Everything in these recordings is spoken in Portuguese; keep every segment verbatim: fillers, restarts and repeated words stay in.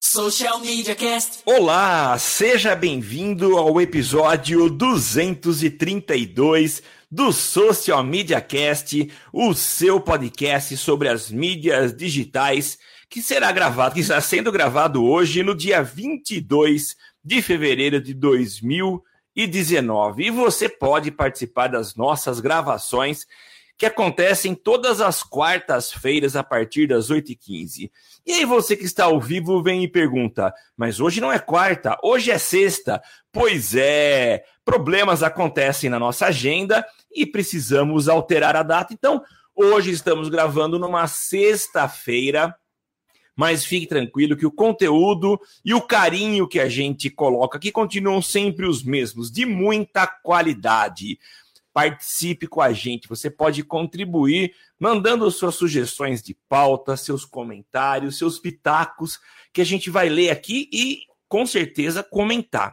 Social Media Cast. Olá, seja bem-vindo ao episódio duzentos e trinta e dois do Social Media Cast, o seu podcast sobre as mídias digitais, que será gravado, que está sendo gravado hoje no dia vinte e dois de fevereiro de dois mil e dezenove. E você pode participar das nossas gravações, que acontecem todas as quartas-feiras a partir das oito e quinze. E aí você que está ao vivo vem e pergunta, mas hoje não é quarta, hoje é sexta. Pois é, problemas acontecem na nossa agenda e precisamos alterar a data. Então, hoje estamos gravando numa sexta-feira, mas fique tranquilo que o conteúdo e o carinho que a gente coloca aqui continuam sempre os mesmos, de muita qualidade. Participe com a gente, você pode contribuir mandando suas sugestões de pauta, seus comentários, seus pitacos, que a gente vai ler aqui e, com certeza, comentar.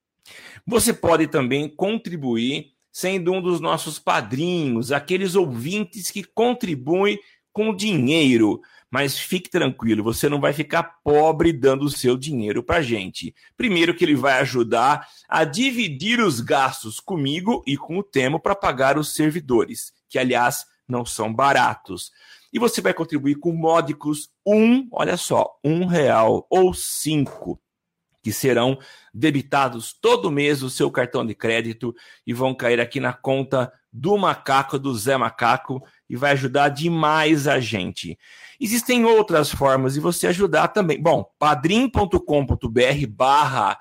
Você pode também contribuir sendo um dos nossos padrinhos, aqueles ouvintes que contribuem com dinheiro. Mas fique tranquilo, você não vai ficar pobre dando o seu dinheiro para a gente. Primeiro que ele vai ajudar a dividir os gastos comigo e com o Temo para pagar os servidores, que, aliás, não são baratos. E você vai contribuir com módicos um, olha só, um real ou cinco, que serão debitados todo mês o seu cartão de crédito e vão cair aqui na conta do Macaco, do Zé Macaco, e vai ajudar demais a gente. Existem outras formas de você ajudar também. Bom, padrim.com.br barra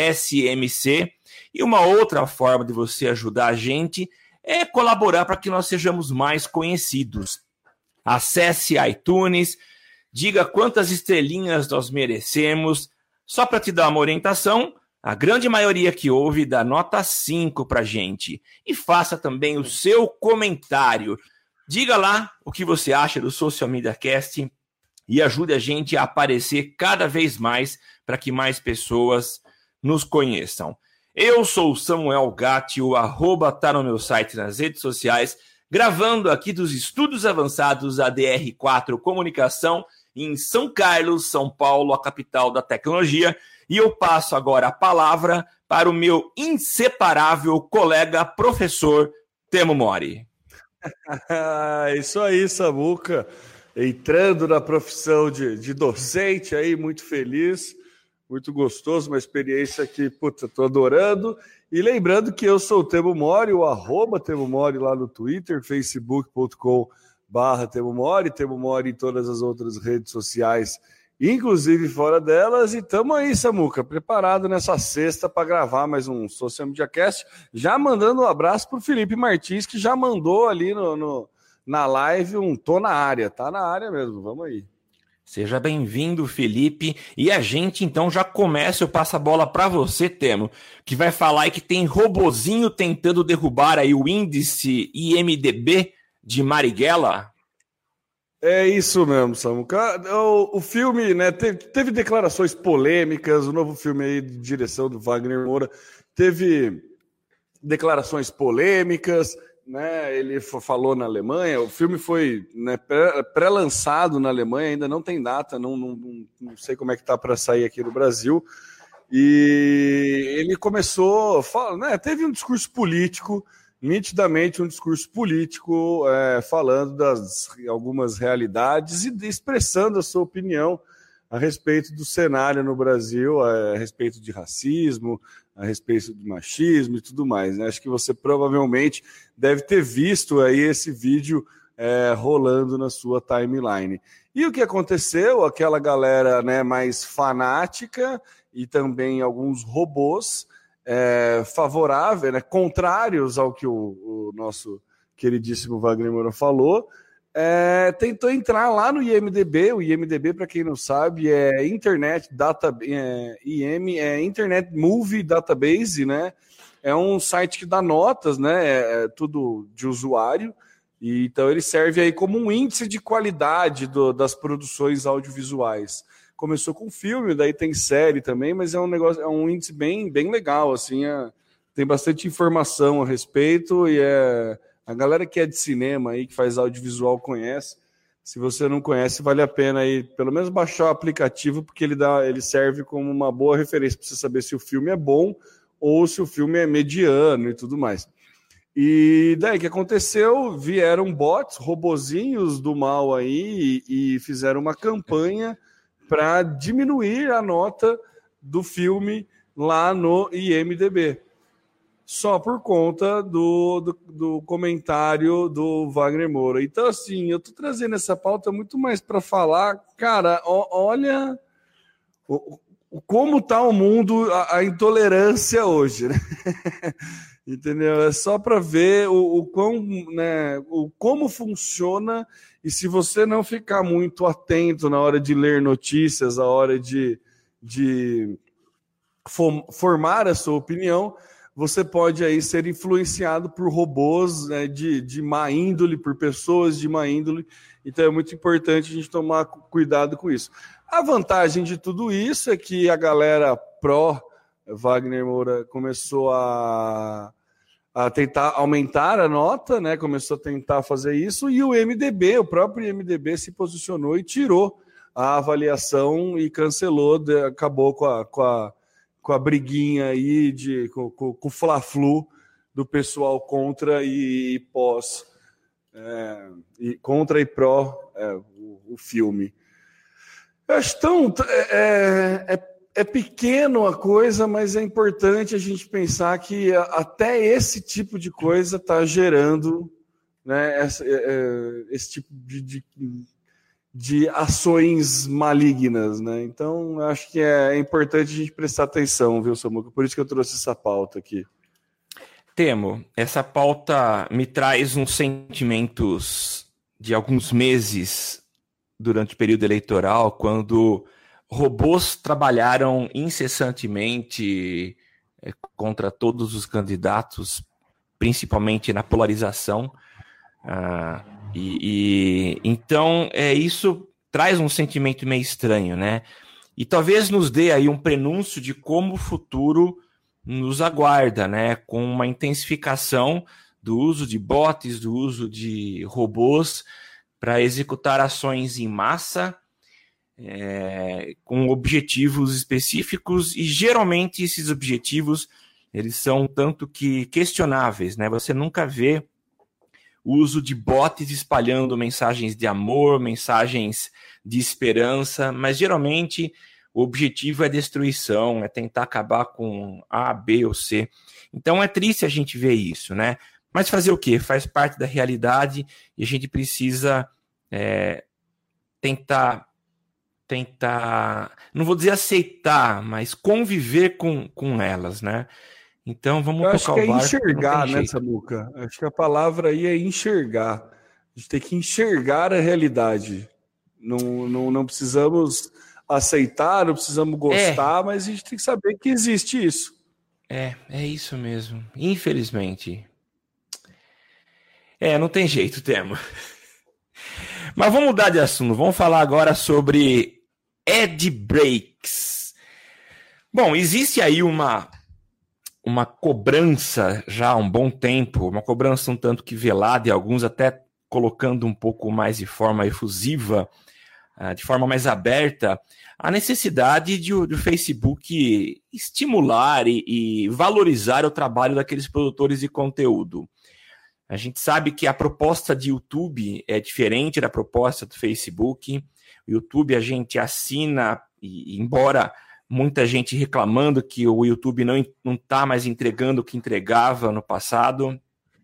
SMC. E uma outra forma de você ajudar a gente é colaborar para que nós sejamos mais conhecidos. Acesse iTunes, diga quantas estrelinhas nós merecemos. Só para te dar uma orientação, a grande maioria que ouve dá nota cinco para a gente. E faça também o seu comentário. Diga lá o que você acha do Social Media Cast e ajude a gente a aparecer cada vez mais para que mais pessoas nos conheçam. Eu sou o Samuel Gatti, o arroba tá no meu site nas redes sociais, gravando aqui dos estúdios avançados da D R quatro Comunicação em São Carlos, São Paulo, a capital da tecnologia. E eu passo agora a palavra para o meu inseparável colega professor Temo Mori. Isso aí, Samuca, entrando na profissão de, de docente aí, muito feliz, muito gostoso, uma experiência que, puta, tô adorando. E lembrando que eu sou o Temo Mori, o arroba Temo Mori lá no Twitter, facebook ponto com barra Temo Mori, Temo Mori em todas as outras redes sociais, inclusive fora delas, e estamos aí, Samuca, preparado nessa sexta para gravar mais um Social Media Cast, já mandando um abraço para o Felipe Martins, que já mandou ali no, no, na live um tô na área, tá na área mesmo, vamos aí. Seja bem-vindo, Felipe, e a gente então já começa, eu passo a bola para você, Temo, que vai falar aí que tem robozinho tentando derrubar aí o índice I M D B de Marighella. É isso mesmo, Samuca. O, o filme, né, teve, teve declarações polêmicas, o novo filme aí de direção do Wagner Moura teve declarações polêmicas, né, ele falou na Alemanha, o filme foi, né, pré-lançado na Alemanha, ainda não tem data, não, não, não sei como é que tá para sair aqui no Brasil, e ele começou, fala, né, teve um discurso político, nitidamente um discurso político, é, falando das algumas realidades e expressando a sua opinião a respeito do cenário no Brasil, a respeito de racismo, a respeito de machismo e tudo mais, né? Acho que você provavelmente deve ter visto aí esse vídeo é, rolando na sua timeline. E o que aconteceu? Aquela galera, né, mais fanática e também alguns robôs É, favorável, né, contrários ao que o, o nosso queridíssimo Wagner Moura falou, é, tentou entrar lá no I M D B. O I M D B, para quem não sabe, é Internet Data, é, I M, é Internet Movie Database, né? É um site que dá notas, né? É, é tudo de usuário. E, então ele serve aí como um índice de qualidade do, das produções audiovisuais. Começou com filme, daí tem série também, mas é um negócio, é um índice bem, bem legal, assim, é, tem bastante informação a respeito e é, a galera que é de cinema aí, que faz audiovisual conhece. Se você não conhece, vale a pena aí, pelo menos baixar o aplicativo, porque ele, dá, ele serve como uma boa referência para você saber se o filme é bom ou se o filme é mediano e tudo mais. E daí o que aconteceu? Vieram bots, robozinhos do mal aí e, e fizeram uma campanha para diminuir a nota do filme lá no I M D B. Só por conta do, do, do comentário do Wagner Moura. Então, assim, eu tô trazendo essa pauta muito mais para falar, cara, ó, olha o, o, como tá o mundo, a, a intolerância hoje, né? Entendeu? É só para ver o, o, quão, né, o como funciona, e se você não ficar muito atento na hora de ler notícias, na hora de, de formar a sua opinião, você pode aí ser influenciado por robôs, né, de, de má índole, por pessoas de má índole. Então é muito importante a gente tomar cuidado com isso. A vantagem de tudo isso é que a galera pró Wagner Moura começou a, a tentar aumentar a nota, né, começou a tentar fazer isso, e o M D B, o próprio M D B se posicionou e tirou a avaliação e cancelou, acabou com a... Com a com a briguinha aí, de, com, com, com o fla-flu do pessoal contra e, e pós, é, e contra e pró é, o, o filme. Eu acho tão, é, é, é pequeno a coisa, mas é importante a gente pensar que até esse tipo de coisa está gerando, né, essa, é, esse tipo de... de de ações malignas, né? Então, acho que é importante a gente prestar atenção, viu, Samuca? Por isso que eu trouxe essa pauta aqui. Temo, essa pauta me traz uns sentimentos de alguns meses durante o período eleitoral, quando robôs trabalharam incessantemente contra todos os candidatos, principalmente na polarização. Ah, E, e então é, isso traz um sentimento meio estranho, né? E talvez nos dê aí um prenúncio de como o futuro nos aguarda, né? Com uma intensificação do uso de bots, do uso de robôs para executar ações em massa, é, com objetivos específicos, e geralmente esses objetivos eles são tanto que questionáveis, né? Você nunca vê o uso de bots espalhando mensagens de amor, mensagens de esperança, mas geralmente o objetivo é destruição, é tentar acabar com A, B ou C. Então é triste a gente ver isso, né? Mas fazer o quê? Faz parte da realidade e a gente precisa é, tentar, tentar, não vou dizer aceitar, mas conviver com, com elas, né? Então vamos Eu tocar o barco. Acho que é enxergar, né, Samuca? Acho que a palavra aí é enxergar. A gente tem que enxergar a realidade. Não, não, não precisamos aceitar, não precisamos gostar, é. Mas a gente tem que saber que existe isso. É, é isso mesmo. Infelizmente. É, não tem jeito, Temo. Mas vamos mudar de assunto. Vamos falar agora sobre ad breaks. Bom, existe aí uma... uma cobrança já há um bom tempo, uma cobrança um tanto que velada e alguns até colocando um pouco mais de forma efusiva, de forma mais aberta, a necessidade de o Facebook estimular e, e valorizar o trabalho daqueles produtores de conteúdo. A gente sabe que a proposta de YouTube é diferente da proposta do Facebook. O YouTube a gente assina, e embora muita gente reclamando que o YouTube não não está mais entregando o que entregava no passado,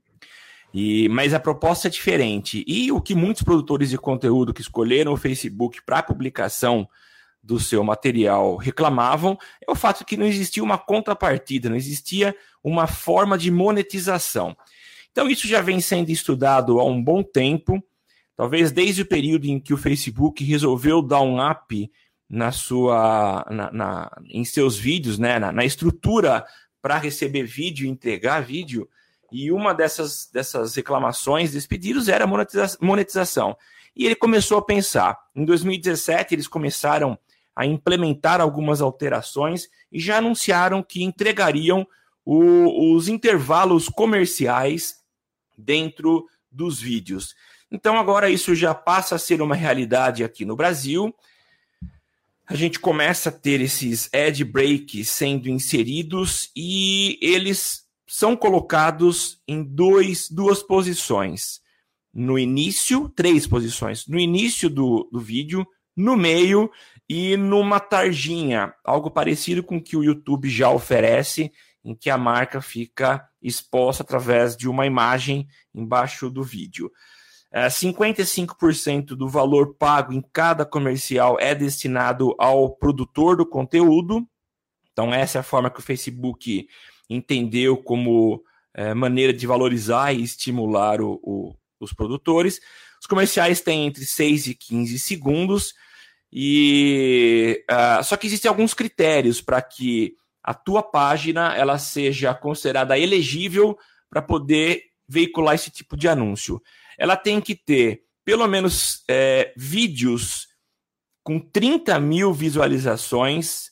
e, mas a proposta é diferente. E o que muitos produtores de conteúdo que escolheram o Facebook para publicação do seu material reclamavam é o fato que não existia uma contrapartida, não existia uma forma de monetização. Então isso já vem sendo estudado há um bom tempo, talvez desde o período em que o Facebook resolveu dar um up na sua, na, na, em seus vídeos, né, na, na estrutura para receber vídeo e entregar vídeo, e uma dessas, dessas reclamações, desses pedidos, era monetiza- monetização. E ele começou a pensar. Em dois mil e dezessete, eles começaram a implementar algumas alterações e já anunciaram que entregariam o, os intervalos comerciais dentro dos vídeos. Então agora isso já passa a ser uma realidade aqui no Brasil. A gente começa a ter esses ad breaks sendo inseridos e eles são colocados em dois, duas posições. No início, três posições. No início do, do vídeo, no meio e numa tarjinha, algo parecido com o que o YouTube já oferece, em que a marca fica exposta através de uma imagem embaixo do vídeo. Uh, cinquenta e cinco por cento do valor pago em cada comercial é destinado ao produtor do conteúdo. Então, essa é a forma que o Facebook entendeu como uh, maneira de valorizar e estimular o, o, os produtores. Os comerciais têm entre seis e quinze segundos. E, uh, só que existem alguns critérios para que a tua página ela seja considerada elegível para poder veicular esse tipo de anúncio. Ela tem que ter pelo menos é, vídeos com trinta mil visualizações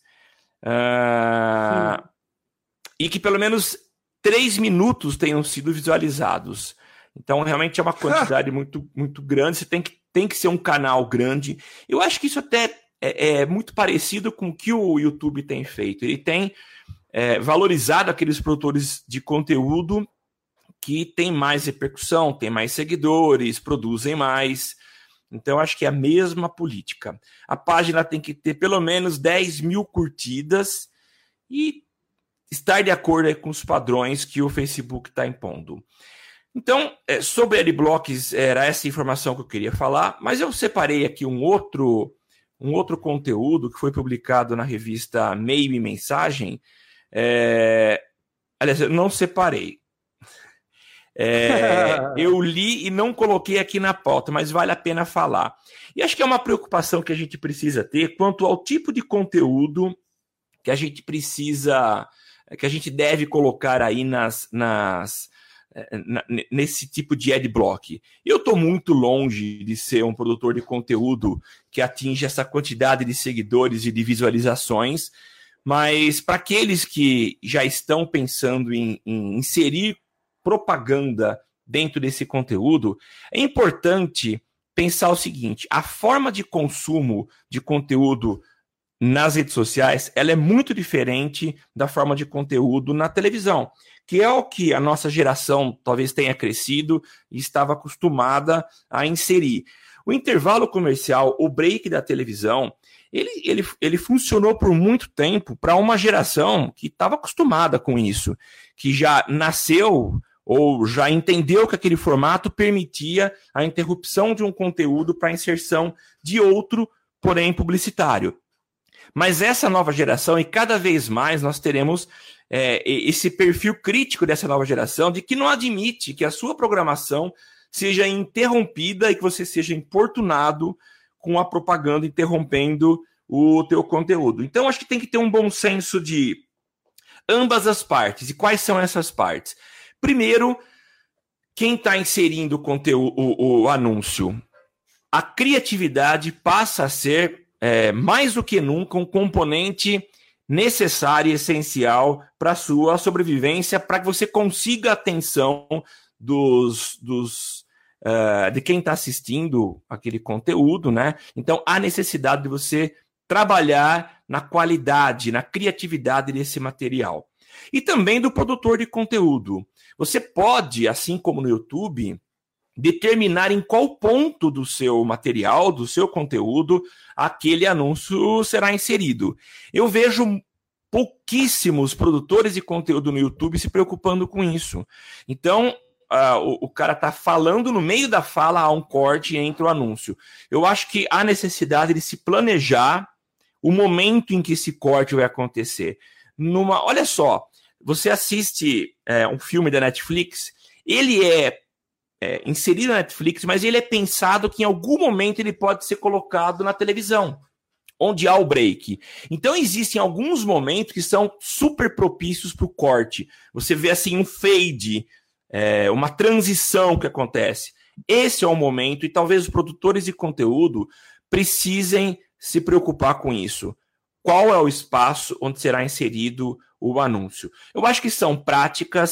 uh, e que pelo menos três minutos tenham sido visualizados. Então, realmente é uma quantidade muito, muito grande. Você tem que, tem que ser um canal grande. Eu acho que isso até é, é muito parecido com o que o YouTube tem feito. Ele tem é, valorizado aqueles produtores de conteúdo que tem mais repercussão, tem mais seguidores, produzem mais. Então, acho que é a mesma política. A página tem que ter pelo menos dez mil curtidas e estar de acordo com os padrões que o Facebook está impondo. Então, sobre adblocks, era essa informação que eu queria falar, mas eu separei aqui um outro, um outro conteúdo que foi publicado na revista Meio e Mensagem. É... Aliás, eu não separei. É, eu li e não coloquei aqui na pauta, mas vale a pena falar. E acho que é uma preocupação que a gente precisa ter quanto ao tipo de conteúdo que a gente precisa, que a gente deve colocar aí nas, nas, na, nesse tipo de adblock. Eu estou muito longe de ser um produtor de conteúdo que atinge essa quantidade de seguidores e de visualizações, mas para aqueles que já estão pensando em, em inserir propaganda dentro desse conteúdo, é importante pensar o seguinte: a forma de consumo de conteúdo nas redes sociais, ela é muito diferente da forma de conteúdo na televisão, que é o que a nossa geração talvez tenha crescido e estava acostumada a inserir. O intervalo comercial, o break da televisão, ele, ele, ele funcionou por muito tempo para uma geração que estava acostumada com isso, que já nasceu ou já entendeu que aquele formato permitia a interrupção de um conteúdo para a inserção de outro, porém publicitário. Mas essa nova geração, e cada vez mais nós teremos é, esse perfil crítico dessa nova geração, de que não admite que a sua programação seja interrompida e que você seja importunado com a propaganda interrompendo o teu conteúdo. Então, acho que tem que ter um bom senso de ambas as partes. E quais são essas partes? Primeiro, quem está inserindo o conteúdo, o, o anúncio, a criatividade passa a ser, é, mais do que nunca, um componente necessário e essencial para a sua sobrevivência, para que você consiga a atenção dos, dos, uh, de quem está assistindo aquele conteúdo, né? Então, há necessidade de você trabalhar na qualidade, na criatividade desse material. E também do produtor de conteúdo. Você pode, assim como no YouTube, determinar em qual ponto do seu material, do seu conteúdo, aquele anúncio será inserido. Eu vejo pouquíssimos produtores de conteúdo no YouTube se preocupando com isso. Então, uh, o, o cara está falando, no meio da fala há um corte entre o anúncio. Eu acho que há necessidade de se planejar o momento em que esse corte vai acontecer. Numa, olha só, você assiste é, um filme da Netflix, ele é, é inserido na Netflix, mas ele é pensado que em algum momento ele pode ser colocado na televisão, onde há o break. Então existem alguns momentos que são super propícios para o corte. Você vê assim um fade, é, uma transição que acontece. Esse é o momento, e talvez os produtores de conteúdo precisem se preocupar com isso. Qual é o espaço onde será inserido o anúncio? Eu acho que são práticas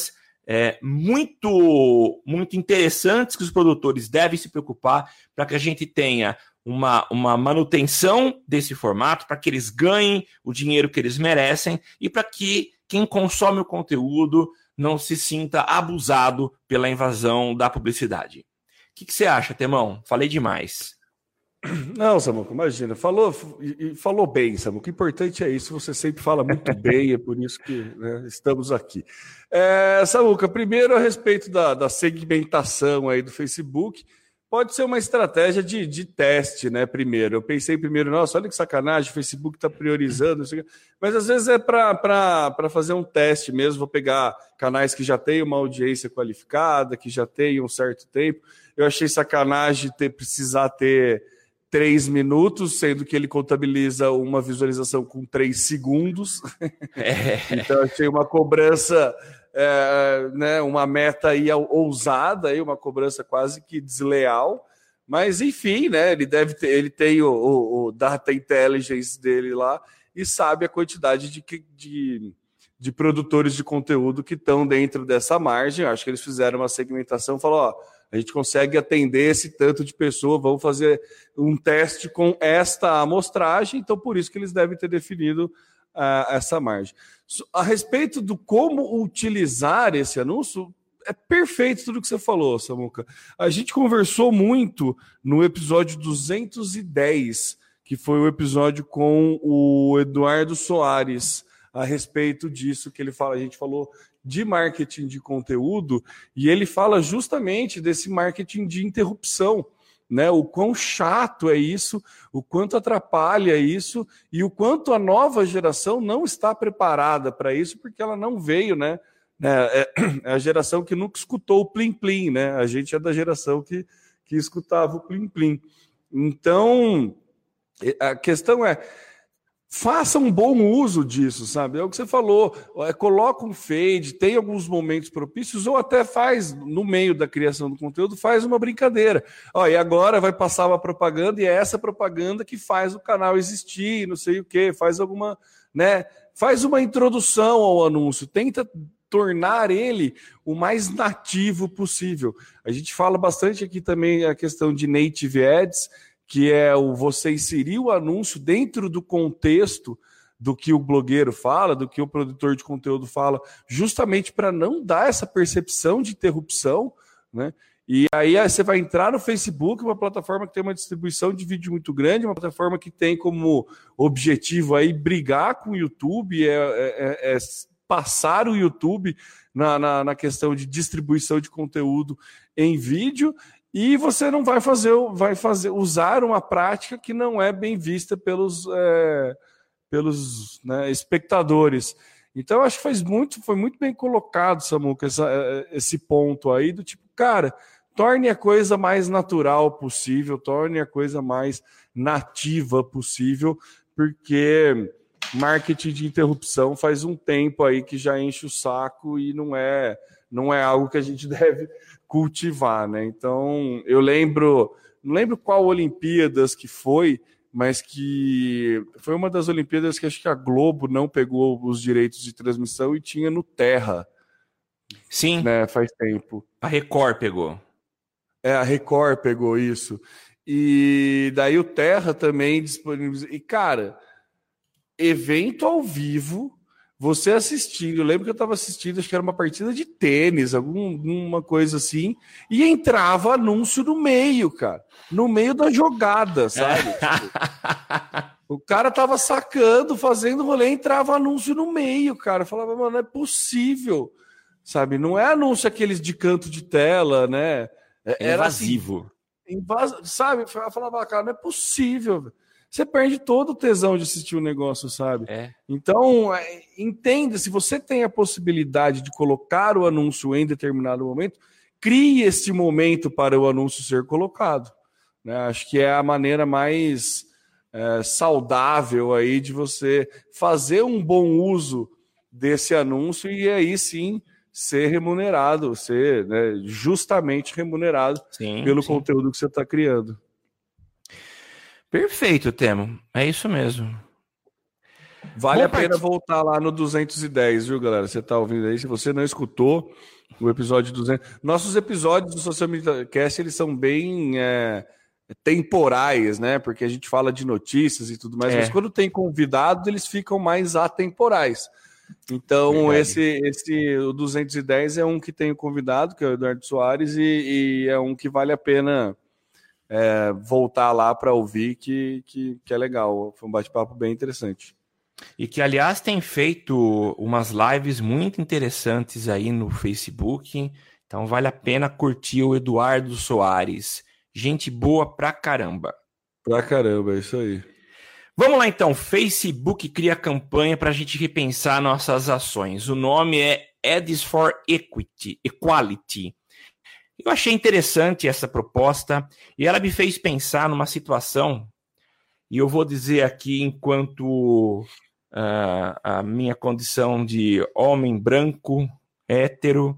é, muito, muito interessantes que os produtores devem se preocupar para que a gente tenha uma, uma manutenção desse formato, para que eles ganhem o dinheiro que eles merecem e para que quem consome o conteúdo não se sinta abusado pela invasão da publicidade. O que, que você acha, Temão? Falei demais. Não, Samuca, imagina, falou, e falou bem, Samuca. O importante é isso, você sempre fala muito bem, é por isso que, né, estamos aqui. É, Samuca, primeiro a respeito da, da segmentação aí do Facebook, pode ser uma estratégia de, de teste, né, primeiro. Eu pensei primeiro, nossa, olha que sacanagem, o Facebook está priorizando, mas às vezes é para fazer um teste mesmo, vou pegar canais que já têm uma audiência qualificada, que já têm um certo tempo. Eu achei sacanagem ter, precisar ter três minutos, sendo que ele contabiliza uma visualização com três segundos. É. Então, achei uma cobrança, é, né, uma meta aí ousada, aí, uma cobrança quase que desleal. Mas, enfim, né, ele, deve ter, ele tem o, o, o data intelligence dele lá e sabe a quantidade de, de, de produtores de conteúdo que estão dentro dessa margem. Acho que eles fizeram uma segmentação, falaram, ó, a gente consegue atender esse tanto de pessoa, vamos fazer um teste com esta amostragem, então por isso que eles devem ter definido uh, essa margem. A respeito do como utilizar esse anúncio, é perfeito tudo que você falou, Samuca. A gente conversou muito no episódio duzentos e dez, que foi o episódio com o Eduardo Soares, a respeito disso que ele fala, a gente falou de marketing de conteúdo, e ele fala justamente desse marketing de interrupção, né? O quão chato é isso, o quanto atrapalha isso, e o quanto a nova geração não está preparada para isso, porque ela não veio, né? É a geração que nunca escutou o plim-plim, né? A gente é da geração que, que escutava o plim-plim. Então, a questão é, faça um bom uso disso, sabe? É o que você falou, é, coloca um fade, tem alguns momentos propícios, ou até faz, no meio da criação do conteúdo, faz uma brincadeira. Ó, e agora vai passar uma propaganda, e é essa propaganda que faz o canal existir, não sei o quê, faz alguma, né? Faz uma introdução ao anúncio, tenta tornar ele o mais nativo possível. A gente fala bastante aqui também a questão de native ads, que é o você inserir o anúncio dentro do contexto do que o blogueiro fala, do que o produtor de conteúdo fala, justamente para não dar essa percepção de interrupção, né? E aí você vai entrar no Facebook, uma plataforma que tem uma distribuição de vídeo muito grande, uma plataforma que tem como objetivo aí brigar com o YouTube, é, é, é passar o YouTube na, na, na questão de distribuição de conteúdo em vídeo. E você não vai fazer, vai fazer, usar uma prática que não é bem vista pelos, é, pelos né, espectadores. Então, eu acho que faz muito, foi muito bem colocado, Samuca, essa, esse ponto aí do tipo, cara, torne a coisa mais natural possível, torne a coisa mais nativa possível, porque marketing de interrupção faz um tempo aí que já enche o saco e não é, não é algo que a gente deve cultivar, né? Então, eu lembro, não lembro qual Olimpíadas que foi, mas que foi uma das Olimpíadas que acho que a Globo não pegou os direitos de transmissão e tinha no Terra. Sim. Né? Faz tempo. A Record pegou. É, a Record pegou isso. E daí o Terra também disponibilizou. E, cara, evento ao vivo, você assistindo, eu lembro que eu estava assistindo, acho que era uma partida de tênis, alguma coisa assim, e entrava anúncio no meio, cara, no meio da jogada, sabe? Tipo, o cara tava sacando, fazendo rolê, entrava anúncio no meio, cara, eu falava, mano, não é possível, sabe? Não é anúncio aqueles de canto de tela, né? Era invasivo. Assim, invas... Sabe? Eu falava, cara, não é possível, você perde todo o tesão de assistir o negócio, sabe? É. Então, é, entenda, se você tem a possibilidade de colocar o anúncio em determinado momento, crie esse momento para o anúncio ser colocado. Né? Acho que é a maneira mais é, saudável aí de você fazer um bom uso desse anúncio e aí sim ser remunerado, ser né, justamente remunerado sim, pelo sim. conteúdo que você está criando. Perfeito, Temo. É isso mesmo. Vale Bom, a pena part... voltar lá no duzentos e dez, viu, galera? Você tá ouvindo aí? Se você não escutou, O episódio duzentos. Nossos episódios do Social Media Cast, eles são bem é, temporais, né? Porque a gente fala de notícias e tudo mais, é. Mas quando tem convidados, eles ficam mais atemporais. Então, esse, esse o duzentos e dez é um que tem o convidado, que é o Eduardo Soares, e, e é um que vale a pena é, voltar lá para ouvir, que, que, que é legal. Foi um bate-papo bem interessante. E que, aliás, tem feito umas lives muito interessantes aí no Facebook. Então, vale a pena curtir o Eduardo Soares. Gente boa pra caramba. Pra caramba, é isso aí. Vamos lá, então. Facebook cria campanha para a gente repensar nossas ações. O nome é Ads for Equity, Equality. Eu achei interessante essa proposta e ela me fez pensar numa situação, e eu vou dizer aqui enquanto... Uh, a minha condição de homem branco, hétero,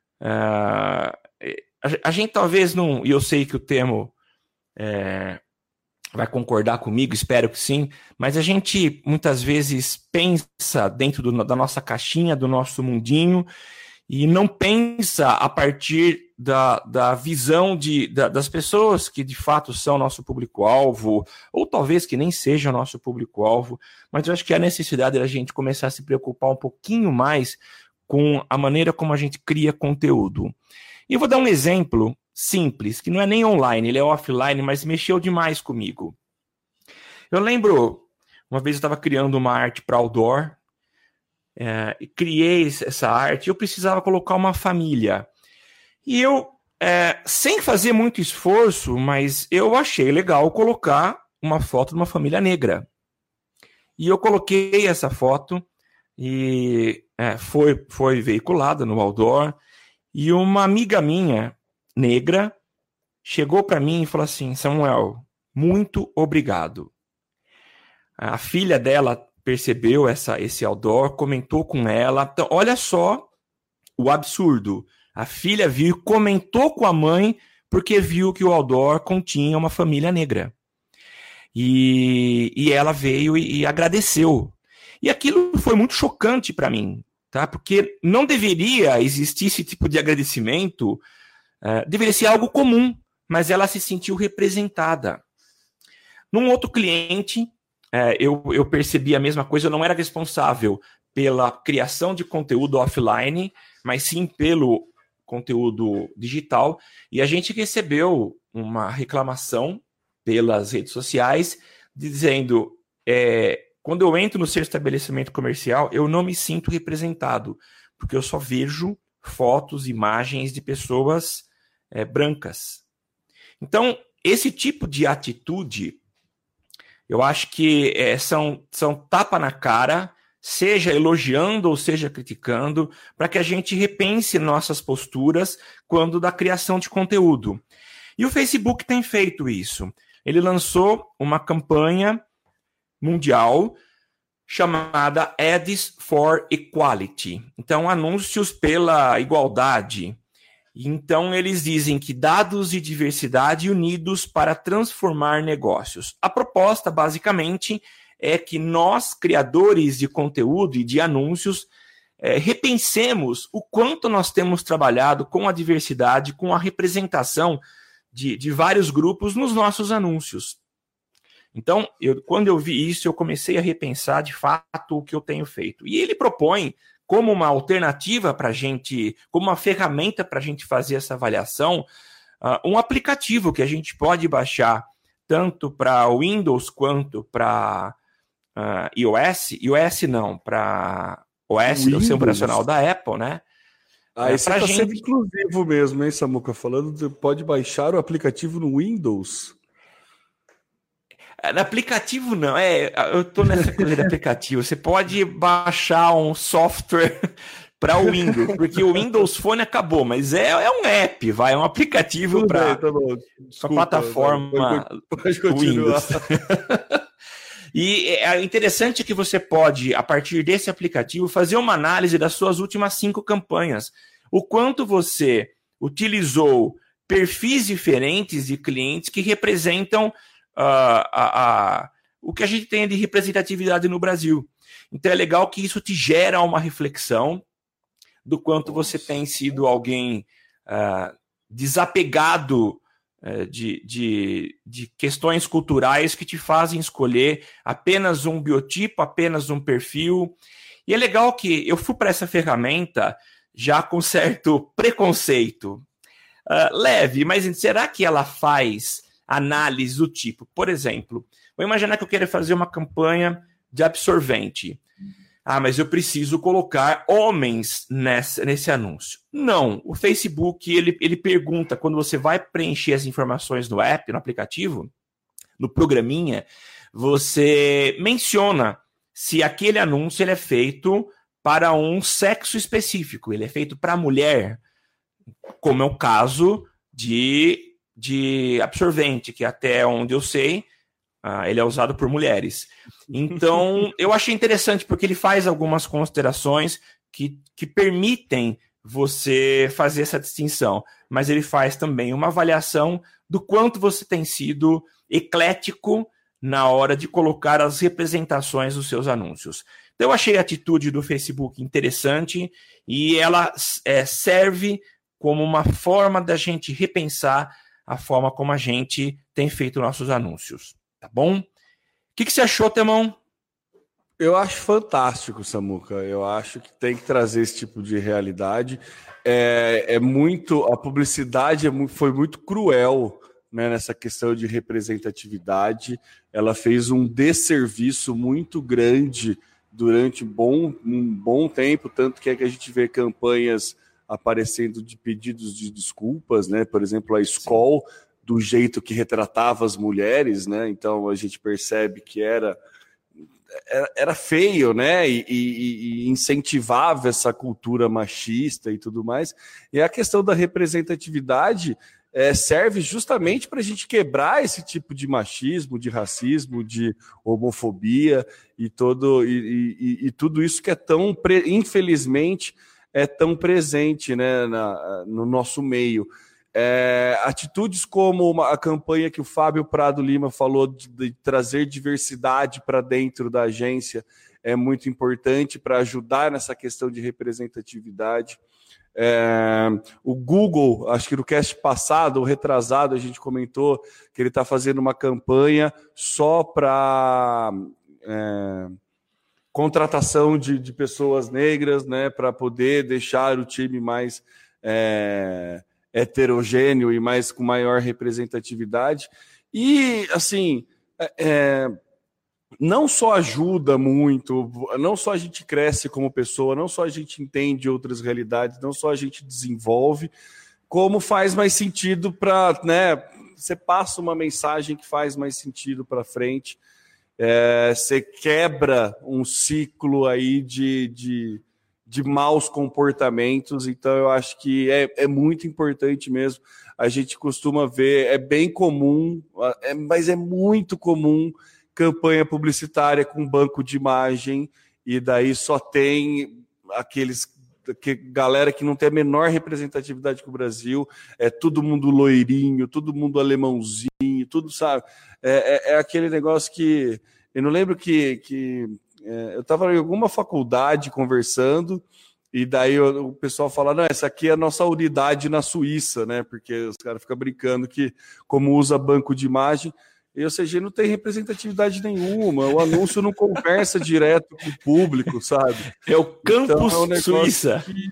uh, a, a gente talvez não, e eu sei que o termo é, vai concordar comigo, espero que sim, mas a gente muitas vezes pensa dentro do, da nossa caixinha, do nosso mundinho, e não pensa a partir da, da visão de, da, das pessoas que de fato são nosso público-alvo, ou talvez que nem seja nosso público-alvo, mas eu acho que há necessidade da gente começar a se preocupar um pouquinho mais com a maneira como a gente cria conteúdo. E eu vou dar um exemplo simples, que não é nem online, ele é offline, mas mexeu demais comigo. Eu lembro, uma vez eu estava criando uma arte para outdoor, É, criei essa arte, eu precisava colocar uma família. E eu, é, sem fazer muito esforço, mas eu achei legal colocar uma foto de uma família negra. E eu coloquei essa foto e é, foi, foi veiculada no outdoor. E uma amiga minha, negra, chegou para mim e falou assim: Samuel, muito obrigado. A filha dela percebeu essa, esse outdoor, comentou com ela. Então, olha só o absurdo. A filha viu e comentou com a mãe porque viu que o outdoor continha uma família negra. E, e ela veio e, e agradeceu. E aquilo foi muito chocante para mim, tá? Porque não deveria existir esse tipo de agradecimento, uh, deveria ser algo comum, mas ela se sentiu representada. Num outro cliente, É, eu, eu percebi a mesma coisa, eu não era responsável pela criação de conteúdo offline, mas sim pelo conteúdo digital, e a gente recebeu uma reclamação pelas redes sociais, dizendo, é, quando eu entro no seu estabelecimento comercial, eu não me sinto representado, porque eu só vejo fotos, imagens de pessoas é, brancas. Então, esse tipo de atitude, eu acho que é, são, são tapa na cara, seja elogiando ou seja criticando, para que a gente repense nossas posturas quando da criação de conteúdo. E o Facebook tem feito isso. Ele lançou uma campanha mundial chamada Ads for Equality. Então, anúncios pela igualdade. Então, eles dizem que dados e diversidade unidos para transformar negócios. A proposta, basicamente, é que nós, criadores de conteúdo e de anúncios, é, repensemos o quanto nós temos trabalhado com a diversidade, com a representação de, de vários grupos nos nossos anúncios. Então, eu, quando eu vi isso, eu comecei a repensar, de fato, o que eu tenho feito. E ele propõe, como uma alternativa para a gente, como uma ferramenta para a gente fazer essa avaliação, uh, um aplicativo que a gente pode baixar tanto para Windows quanto para uh, iOS, iOS não, para O S, o sistema operacional da Apple, né? Ah, isso está gente... sendo inclusivo mesmo, hein, Samuca? Falando de pode baixar o aplicativo no Windows. No aplicativo não, é, eu tô nessa coisa de aplicativo. Você pode baixar um software para o Windows, porque o Windows Phone acabou, mas é, é um app, vai, é um aplicativo para tá a plataforma pode, pode Windows. E é interessante que você pode, a partir desse aplicativo, fazer uma análise das suas últimas cinco campanhas. O quanto você utilizou perfis diferentes de clientes que representam Uh, a, a, o que a gente tem de representatividade no Brasil. Então é legal que isso te gera uma reflexão do quanto você tem sido alguém uh, desapegado uh, de, de, de questões culturais que te fazem escolher apenas um biotipo, apenas um perfil. E é legal que eu fui para essa ferramenta já com certo preconceito. Uh, leve, mas será que ela faz análise do tipo? Por exemplo, vou imaginar que eu quero fazer uma campanha de absorvente. Ah, mas eu preciso colocar homens nessa, nesse anúncio. Não, o Facebook, ele, ele pergunta, quando você vai preencher as informações no app, no aplicativo, no programinha, você menciona se aquele anúncio ele é feito para um sexo específico, ele é feito para mulher, como é o caso de, de absorvente, que até onde eu sei, ah, ele é usado por mulheres. Então, eu achei interessante, porque ele faz algumas considerações que, que permitem você fazer essa distinção, mas ele faz também uma avaliação do quanto você tem sido eclético na hora de colocar as representações dos seus anúncios. Então, eu achei a atitude do Facebook interessante e ela é, serve como uma forma da gente repensar a forma como a gente tem feito nossos anúncios. Tá bom? O que, que você achou, Temão? Eu acho fantástico, Samuca. Eu acho que tem que trazer esse tipo de realidade. É, é muito, a publicidade é muito, foi muito cruel, né, nessa questão de representatividade. Ela fez um desserviço muito grande durante bom, um bom tempo, tanto que é que a gente vê campanhas aparecendo de pedidos de desculpas, né? Por exemplo, a Skol, do jeito que retratava as mulheres, né? Então a gente percebe que era, era, era feio, né? E, e, e incentivava essa cultura machista e tudo mais. E a questão da representatividade é, serve justamente para a gente quebrar esse tipo de machismo, de racismo, de homofobia e, todo, e, e, e tudo isso que é tão, infelizmente, é tão presente, né, na, no nosso meio. É, atitudes como uma, a campanha que o Fábio Prado Lima falou de, de trazer diversidade para dentro da agência é muito importante para ajudar nessa questão de representatividade. É, o Google, acho que no cast passado, ou retrasado, a gente comentou que ele está fazendo uma campanha só para é, contratação de, de pessoas negras, né, para poder deixar o time mais é, heterogêneo e mais com maior representatividade. E, assim, é, não só ajuda muito, não só a gente cresce como pessoa, não só a gente entende outras realidades, não só a gente desenvolve, como faz mais sentido para, né, você passa uma mensagem que faz mais sentido para frente. É, você quebra um ciclo aí de, de, de maus comportamentos, então eu acho que é, é muito importante mesmo. A gente costuma ver, é bem comum, é, mas é muito comum campanha publicitária com banco de imagem, e daí só tem aqueles que, galera que não tem a menor representatividade com o Brasil, é todo mundo loirinho, todo mundo alemãozinho, tudo, sabe? É, é, é aquele negócio que... Eu não lembro que... que é, eu estava em alguma faculdade conversando, e daí o, o pessoal fala, não, essa aqui é a nossa unidade na Suíça, né? Porque os caras ficam brincando que, como usa banco de imagem, e, ou seja, não tem representatividade nenhuma, o anúncio não conversa direto com o público, sabe? É o campus então, é um Suíça. Que...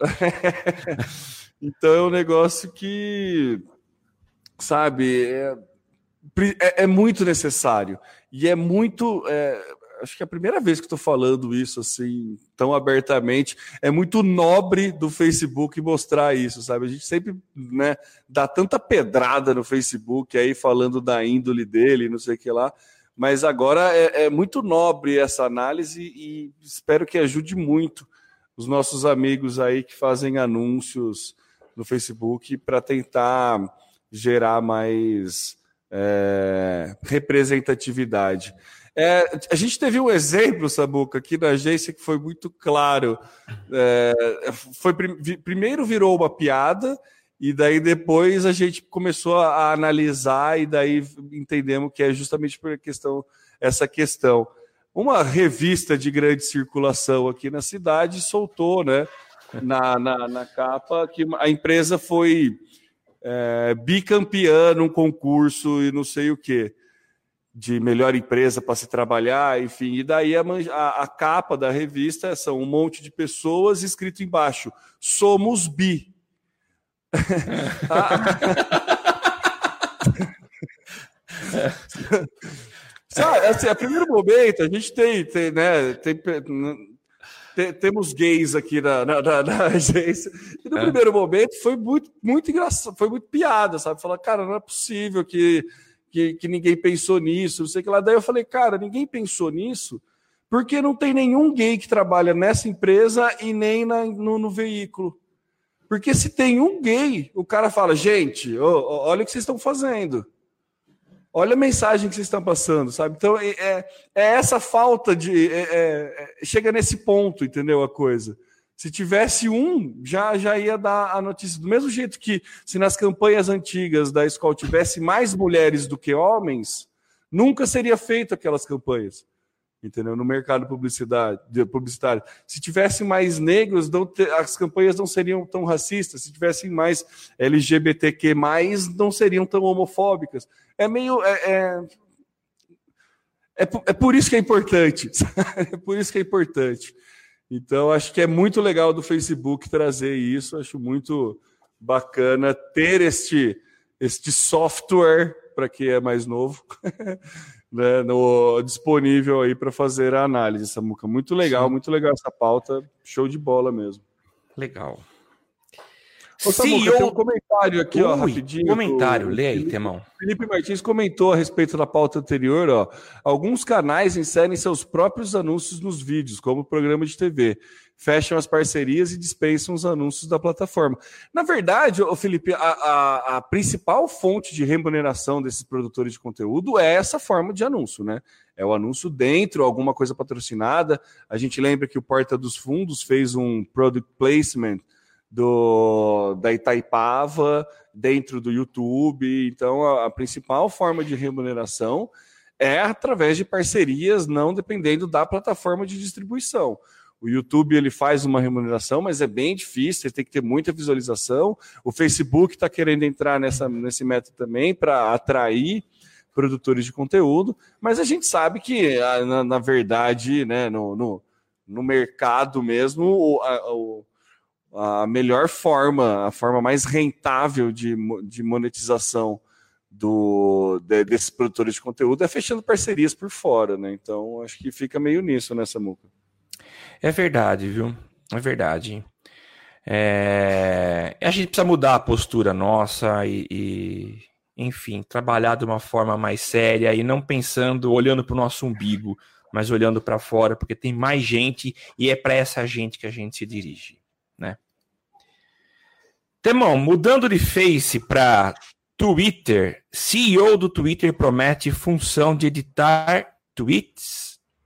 então é um negócio que, sabe, é, é, é muito necessário. E é muito... É, acho que é a primeira vez que estou falando isso assim, tão abertamente. É muito nobre do Facebook mostrar isso, sabe? A gente sempre, né, dá tanta pedrada no Facebook aí falando da índole dele, não sei o que lá, mas agora é, é muito nobre essa análise e espero que ajude muito os nossos amigos aí que fazem anúncios no Facebook para tentar gerar mais é, representatividade. É, a gente teve um exemplo, Samuca, aqui na agência que foi muito claro. É, foi, primeiro virou uma piada, e daí depois a gente começou a analisar, e daí entendemos que é justamente por questão, essa questão. Uma revista de grande circulação aqui na cidade soltou, né, na, na, na capa que a empresa foi é, bicampeã num concurso e não sei o quê, de melhor empresa para se trabalhar, enfim. E daí a, a, a capa da revista são um monte de pessoas escrito embaixo, somos bi. Sabe, assim, a primeiro momento, a gente tem, tem né, tem, tem, temos gays aqui na, na, na, na agência, e no é. primeiro momento foi muito, muito engraçado, foi muito piada, sabe? Falar, cara, não é possível que, que, que ninguém pensou nisso, não sei o que lá. Daí eu falei, cara, ninguém pensou nisso, porque não tem nenhum gay que trabalha nessa empresa e nem na, no, no veículo. Porque se tem um gay, o cara fala, gente, oh, olha o que vocês estão fazendo. Olha a mensagem que vocês estão passando, sabe? Então, é, é essa falta de... É, é, chega nesse ponto, entendeu a coisa? Se tivesse um, já, já ia dar a notícia. Do mesmo jeito que, se nas campanhas antigas da escola tivesse mais mulheres do que homens, nunca seria feito aquelas campanhas. Entendeu? No mercado publicidade, publicitário. Se tivesse mais negros, não ter, as campanhas não seriam tão racistas. Se tivessem mais L G B T Q mais, não seriam tão homofóbicas. É meio... É, é, é, é por isso que é importante. É por isso que é importante. Então, acho que é muito legal do Facebook trazer isso. Acho muito bacana ter este, este software, para quem é mais novo, né, no, disponível aí para fazer a análise, Samuca. Muito legal, Sim. muito legal essa pauta. Show de bola mesmo. Legal. Ô, Samuca, C E O... tem um comentário aqui, Ui, ó, rapidinho. Comentário, do... lê aí, Temão. Felipe Martins comentou a respeito da pauta anterior, ó. Alguns canais inserem seus próprios anúncios nos vídeos, como programa de T V. Fecham as parcerias e dispensam os anúncios da plataforma. Na verdade, ô, Felipe, a, a, a principal fonte de remuneração desses produtores de conteúdo é essa forma de anúncio, né? É o anúncio dentro, alguma coisa patrocinada. A gente lembra que o Porta dos Fundos fez um product placement do, da Itaipava dentro do YouTube. Então, a, a principal forma de remuneração é através de parcerias, não dependendo da plataforma de distribuição. O YouTube ele faz uma remuneração, mas é bem difícil, ele tem que ter muita visualização. O Facebook está querendo entrar nessa, nesse método também para atrair produtores de conteúdo, mas a gente sabe que, na, na verdade, né, no, no, no mercado mesmo, a, a melhor forma, a forma mais rentável de, de monetização do, de, desses produtores de conteúdo é fechando parcerias por fora, né? Então, acho que fica meio nisso, né, Samuca? É verdade, viu? É verdade. É... A gente precisa mudar a postura nossa e, e, enfim, trabalhar de uma forma mais séria e não pensando, olhando para o nosso umbigo, mas olhando para fora, porque tem mais gente e é para essa gente que a gente se dirige, né? Temão, mudando de Face para Twitter, C E O do Twitter promete função de editar tweets.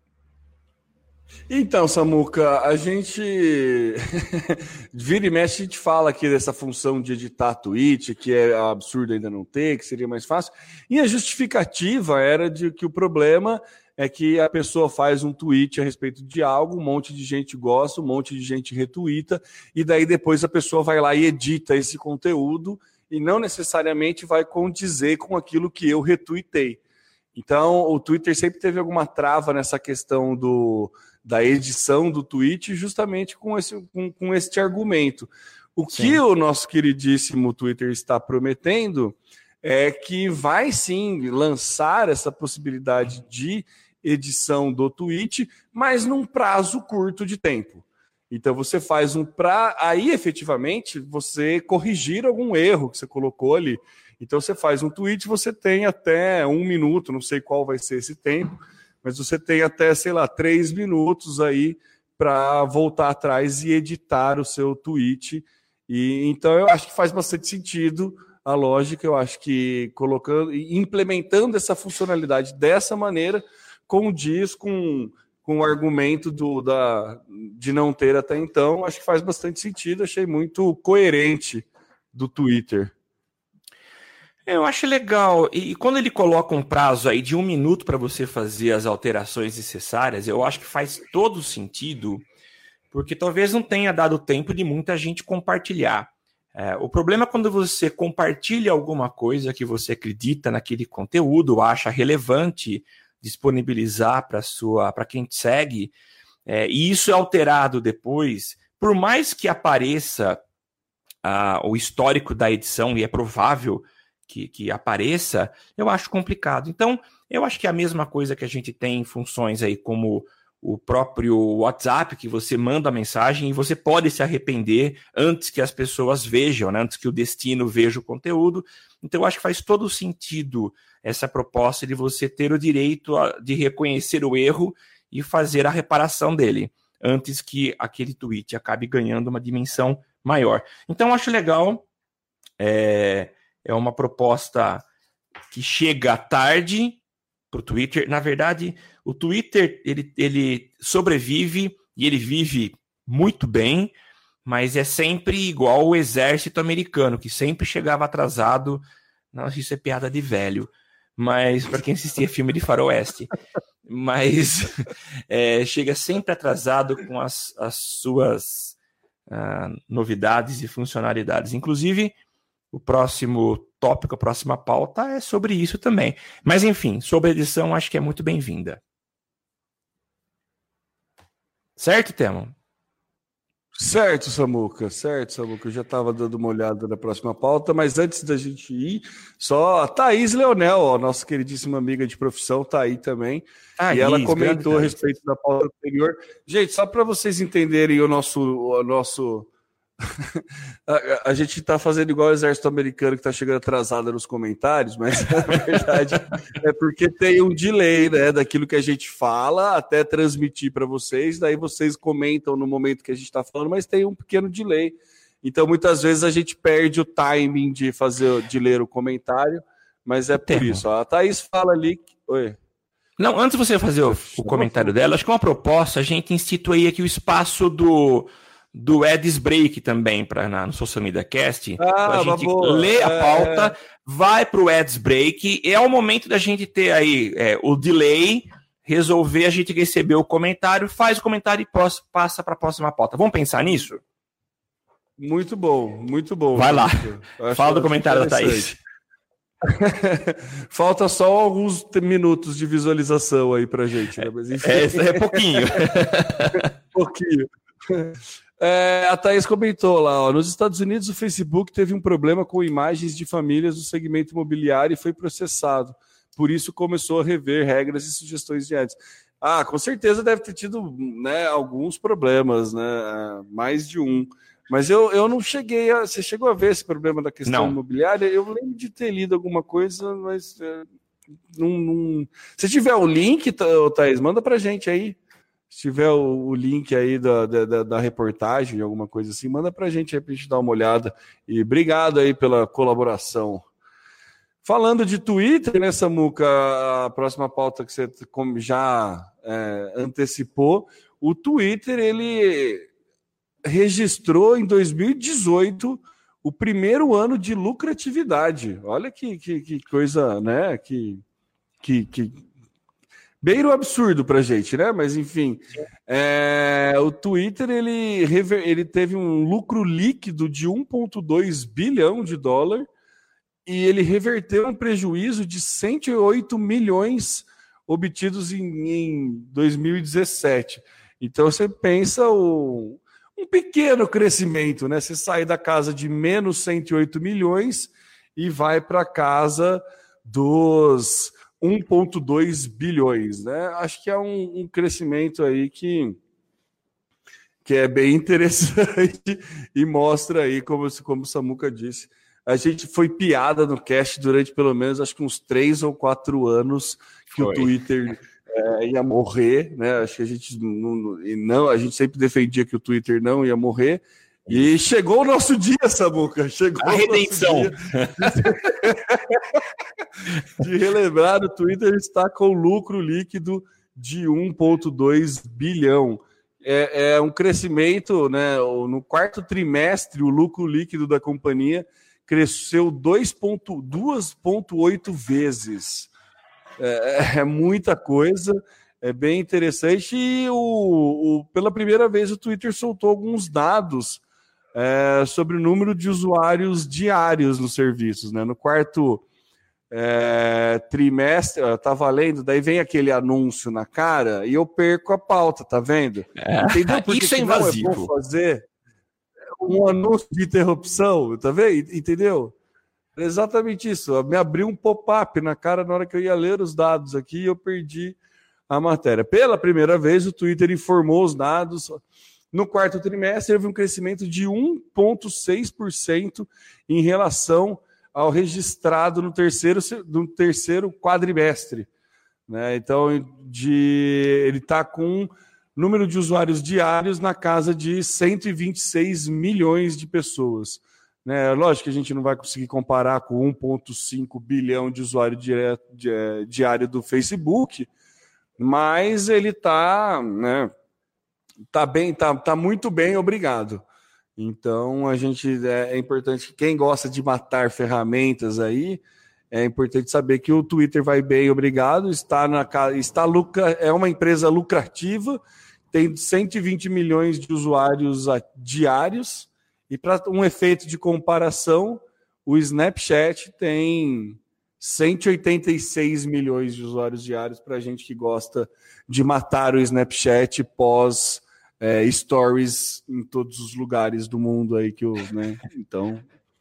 Então, Samuca, a gente vira e mexe, a gente fala aqui dessa função de editar tweet, que é absurdo ainda não ter, que seria mais fácil. E a justificativa era de que o problema é que a pessoa faz um tweet a respeito de algo, um monte de gente gosta, um monte de gente retuita, e daí depois a pessoa vai lá e edita esse conteúdo e não necessariamente vai condizer com aquilo que eu retuitei. Então, o Twitter sempre teve alguma trava nessa questão do... da edição do tweet, justamente com, esse, com, com este argumento. O sim. que o nosso queridíssimo Twitter está prometendo é que vai sim lançar essa possibilidade de edição do tweet, mas num prazo curto de tempo. Então você faz um pra aí efetivamente você corrigir algum erro que você colocou ali. Então você faz um tweet, você tem até um minuto, não sei qual vai ser esse tempo, mas você tem até, sei lá, três minutos aí para voltar atrás e editar o seu tweet. E então eu acho que faz bastante sentido a lógica. Eu acho que colocando e implementando essa funcionalidade dessa maneira condiz com, com o argumento do, da, de não ter até então. Acho que faz bastante sentido. Achei muito coerente do Twitter. Eu acho legal, e quando ele coloca um prazo aí de um minuto para você fazer as alterações necessárias, eu acho que faz todo sentido, porque talvez não tenha dado tempo de muita gente compartilhar. É, o problema é quando você compartilha alguma coisa que você acredita naquele conteúdo, acha relevante disponibilizar para sua, para quem te segue, é, e isso é alterado depois, por mais que apareça ah, o histórico da edição, e é provável que, que apareça, eu acho complicado. Então, eu acho que é a mesma coisa que a gente tem em funções aí como o próprio WhatsApp, que você manda a mensagem e você pode se arrepender antes que as pessoas vejam, né? Antes que o destino veja o conteúdo. Então, eu acho que faz todo sentido essa proposta de você ter o direito a, de reconhecer o erro e fazer a reparação dele, antes que aquele tweet acabe ganhando uma dimensão maior. Então, eu acho legal, é, é uma proposta que chega tarde para o Twitter. Na verdade, o Twitter ele, ele sobrevive e ele vive muito bem, mas é sempre igual o exército americano, que sempre chegava atrasado. Nossa, isso é piada de velho, mas para quem assistia filme de faroeste. Mas é, chega sempre atrasado com as, as suas uh, novidades e funcionalidades. Inclusive, o próximo tópico, a próxima pauta é sobre isso também. Mas, enfim, sobre a edição, acho que é muito bem-vinda. Certo, Temo? Certo, Samuca, certo, Samuca. Eu já estava dando uma olhada na próxima pauta, mas antes da gente ir, só a Thaís Leonel, ó, nossa queridíssima amiga de profissão, tá aí também. Thaís, e ela comentou a respeito da pauta anterior. Gente, só para vocês entenderem o nosso... O nosso... a, a gente está fazendo igual o exército americano que está chegando atrasado nos comentários, mas na verdade é porque tem um delay, né, daquilo que a gente fala até transmitir para vocês, daí vocês comentam no momento que a gente está falando, mas tem um pequeno delay, então muitas vezes a gente perde o timing de fazer, de ler o comentário, mas é por Temo. Isso. Ó. A Thaís fala ali... Oi. Não, antes de você fazer o, o comentário dela, acho que é uma proposta a gente instituir aqui o espaço do do Ads Break também para no Social Media Cast. Ah, a gente boa. lê a pauta, é... vai para o Ads Break, e é o momento da gente ter aí é, o delay, resolver a gente receber o comentário, faz o comentário e passa para a próxima pauta. Vamos pensar nisso? Muito bom, muito bom. Vai lá, fala do comentário da Thaís. Falta só alguns minutos de visualização aí pra gente, né? Mas, enfim. É, é pouquinho. pouquinho. É, a Thaís comentou lá, ó, nos Estados Unidos o Facebook teve um problema com imagens de famílias do segmento imobiliário e foi processado. Por isso começou a rever regras e sugestões de ads. Ah, com certeza deve ter tido, né, alguns problemas, né, mais de um. Mas eu, eu não cheguei a... Você chegou a ver esse problema da questão não. imobiliária? Eu lembro de ter lido alguma coisa, mas... É, não, não... Se tiver o link, Thaís, manda pra gente aí. Se tiver o, o link aí da, da, da reportagem, alguma coisa assim, manda pra gente aí pra gente dar uma olhada. E obrigado aí pela colaboração. Falando de Twitter, né, Samuca? A próxima pauta que você já é, antecipou, o Twitter, ele registrou em dois mil e dezoito o primeiro ano de lucratividade. Olha que, que, que coisa, né? Que... que, que... Bem o absurdo pra gente, né? Mas, enfim, é, o Twitter, ele, ele teve um lucro líquido de um vírgula dois bilhão de dólar e ele reverteu um prejuízo de cento e oito milhões obtidos em, em dois mil e dezessete. Então, você pensa o, um pequeno crescimento, né? Você sai da casa de menos cento e oito milhões e vai para a casa dos... um vírgula dois bilhões, né? Acho que é um, um crescimento aí que, que é bem interessante e mostra aí, como, como o Samuca disse, a gente foi piada no cast durante pelo menos acho que uns três ou quatro anos que foi. O Twitter é, ia morrer, né? Acho que a gente não, não, a gente sempre defendia que o Twitter não ia morrer. E chegou o nosso dia, Samuca. Chegou a redenção. De relembrar, o Twitter está com lucro líquido de um vírgula dois bilhão. É, é um crescimento, né? No quarto trimestre, o lucro líquido da companhia cresceu dois vírgula oito vezes. É, é muita coisa. É bem interessante e o, o, pela primeira vez o Twitter soltou alguns dados é, sobre o número de usuários diários nos serviços, né? No quarto é, trimestre, ó, tá valendo, daí vem aquele anúncio na cara e eu perco a pauta, tá vendo? É. Entendeu? Porque Isso é invasivo. Não é bom fazer um anúncio de interrupção, tá vendo? Entendeu? É exatamente isso. Me abriu um pop-up na cara na hora que eu ia ler os dados aqui e eu perdi a matéria. Pela primeira vez, o Twitter informou os dados. No quarto trimestre, houve um crescimento de um vírgula seis por cento em relação ao registrado no terceiro, no terceiro quadrimestre. Né? Então, de, ele está com um número de usuários diários na casa de cento e vinte e seis milhões de pessoas. Né? Lógico que a gente não vai conseguir comparar com um vírgula cinco bilhão de usuários direto, di, diário do Facebook, mas ele está, né, tá bem, tá, tá muito bem, obrigado. Então a gente é, é importante que quem gosta de matar ferramentas aí, é importante saber que o Twitter vai bem, obrigado, está na está lucra, é uma empresa lucrativa, tem cento e vinte milhões de usuários diários, e para um efeito de comparação, o Snapchat tem cento e oitenta e seis milhões de usuários diários para a gente que gosta de matar o Snapchat pós é, stories em todos os lugares do mundo aí que o, né? Então,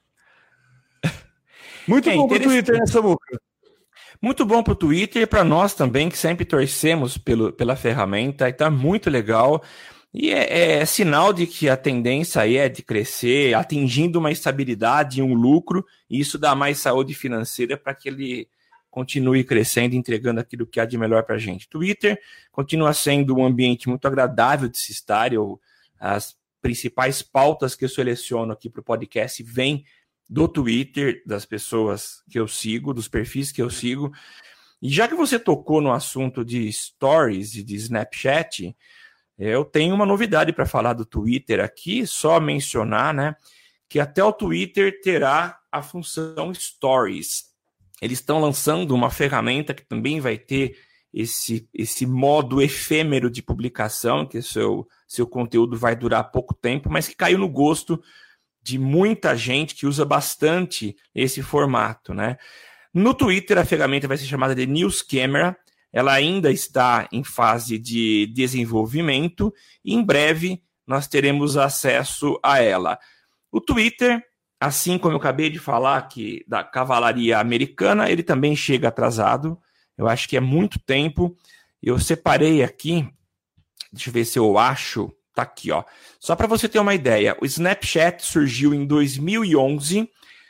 muito é bom para o Twitter, né, Samuca? Muito bom para o Twitter e para nós também, que sempre torcemos pelo, pela ferramenta, e tá muito legal. E é, é sinal de que a tendência aí é de crescer, atingindo uma estabilidade e um lucro, e isso dá mais saúde financeira para que ele continue crescendo, entregando aquilo que há de melhor para a gente. Twitter continua sendo um ambiente muito agradável de se estar. Eu, as principais pautas que eu seleciono aqui para o podcast vêm do Twitter, das pessoas que eu sigo, dos perfis que eu sigo. E já que você tocou no assunto de stories e de Snapchat, eu tenho uma novidade para falar do Twitter aqui, só mencionar, né, que até o Twitter terá a função Stories. Eles estão lançando uma ferramenta que também vai ter esse, esse modo efêmero de publicação, que seu, seu conteúdo vai durar pouco tempo, mas que caiu no gosto de muita gente que usa bastante esse formato, né? No Twitter, a ferramenta vai ser chamada de News Camera. Ela ainda está em fase de desenvolvimento e em breve nós teremos acesso a ela. O Twitter, assim como eu acabei de falar aqui da cavalaria americana, ele também chega atrasado. Eu acho que é muito tempo. Eu separei aqui, deixa eu ver se eu acho, tá aqui, ó. Só para você ter uma ideia, o Snapchat surgiu em dois mil e onze.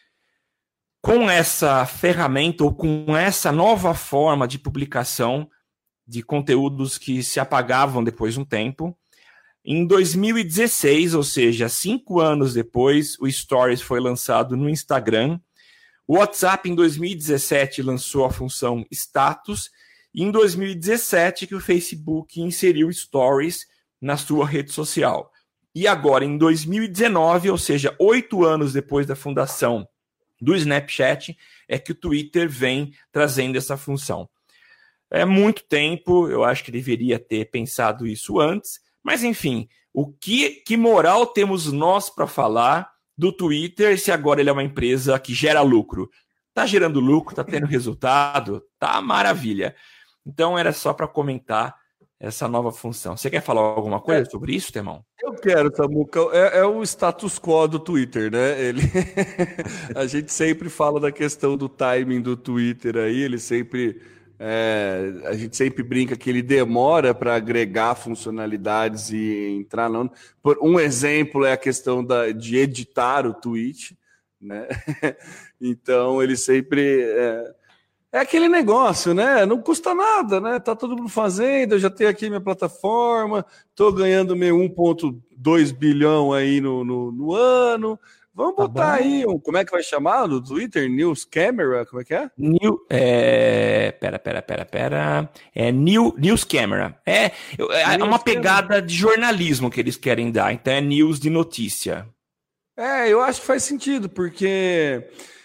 Com essa ferramenta ou com essa nova forma de publicação de conteúdos que se apagavam depois de um tempo, em dois mil e dezesseis, ou seja, cinco anos depois, o Stories foi lançado no Instagram. O WhatsApp, em dois mil e dezessete, lançou a função Status. E em dois mil e dezessete, que o Facebook inseriu Stories na sua rede social. E agora, em dois mil e dezenove, ou seja, oito anos depois da fundação do Snapchat, é que o Twitter vem trazendo essa função. É muito tempo, eu acho que deveria ter pensado isso antes, mas enfim, o que, que moral temos nós para falar do Twitter se agora ele é uma empresa que gera lucro? Está gerando lucro, está tendo resultado, tá maravilha. Então era só para comentar essa nova função. Você quer falar alguma coisa é, sobre isso, Temão? Eu quero, Samuca. É, é o status quo do Twitter, né? Ele... a gente sempre fala da questão do timing do Twitter aí, ele sempre... É, a gente sempre brinca que ele demora para agregar funcionalidades e entrar... Não... Por um exemplo é a questão da, de editar o tweet, né? Então, ele sempre... É... É aquele negócio, né? Não custa nada, né? Tá todo mundo fazendo, eu já tenho aqui minha plataforma, tô ganhando meu um vírgula dois bilhão aí no, no, no ano. Vamos tá botar bom. Aí, um, como é que vai chamar no Twitter? News Camera? Como é que é? New, é... Pera, pera, pera, pera. É New, News Camera. É, é news uma pegada camera. De jornalismo que eles querem dar, então é news de notícia. É, eu acho que faz sentido, porque...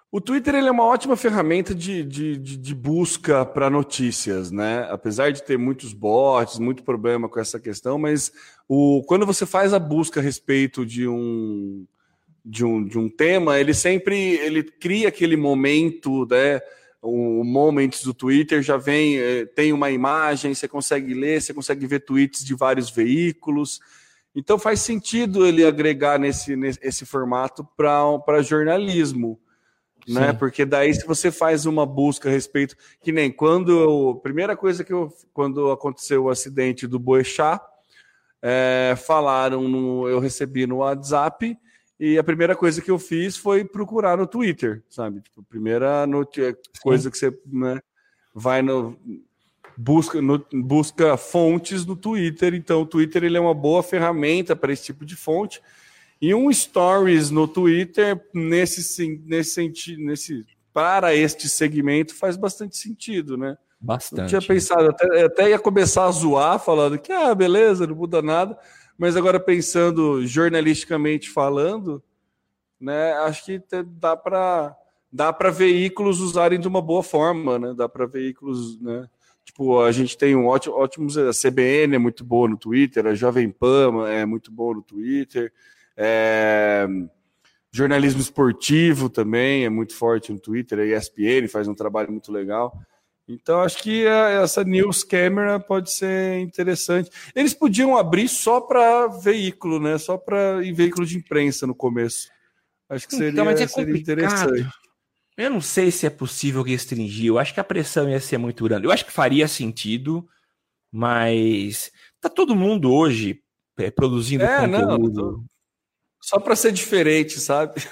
O Twitter ele é uma ótima ferramenta de, de, de, de busca para notícias, né? Apesar de ter muitos bots, muito problema com essa questão, mas o, quando você faz a busca a respeito de um, de um, de um tema, ele sempre ele cria aquele momento, né? O Moments do Twitter já vem, tem uma imagem, você consegue ler, você consegue ver tweets de vários veículos. Então faz sentido ele agregar nesse, nesse formato para jornalismo. Né? Porque daí se você faz uma busca a respeito, que nem quando eu, primeira coisa que eu, quando aconteceu o acidente do Boechat, é, falaram, no, eu recebi no WhatsApp, e a primeira coisa que eu fiz foi procurar no Twitter, sabe? Tipo, a primeira notícia, coisa que você, né, vai no busca, no, busca fontes no Twitter, então o Twitter ele é uma boa ferramenta para esse tipo de fonte. E um stories no Twitter, nesse, nesse sentido, nesse, para este segmento, faz bastante sentido, né? Bastante. Eu tinha pensado, até, até ia começar a zoar, falando que, ah, beleza, não muda nada, mas agora pensando jornalisticamente falando, né, acho que dá para dá para veículos usarem de uma boa forma, né? Dá para veículos, né? Tipo, a gente tem um ótimo, ótimos, a C B N é muito boa no Twitter, a Jovem Pan é muito boa no Twitter. É, jornalismo esportivo também é muito forte no Twitter, a E S P N faz um trabalho muito legal. Então acho que a, essa News Camera pode ser interessante. Eles podiam abrir só para veículo, né? Só para em veículo de imprensa no começo. Acho que seria, então, mas é seria interessante. Eu não sei se é possível restringir. Eu acho que a pressão ia ser muito grande. Eu acho que faria sentido, mas tá todo mundo hoje é, produzindo é, conteúdo. Não, tô... Só para ser diferente, sabe?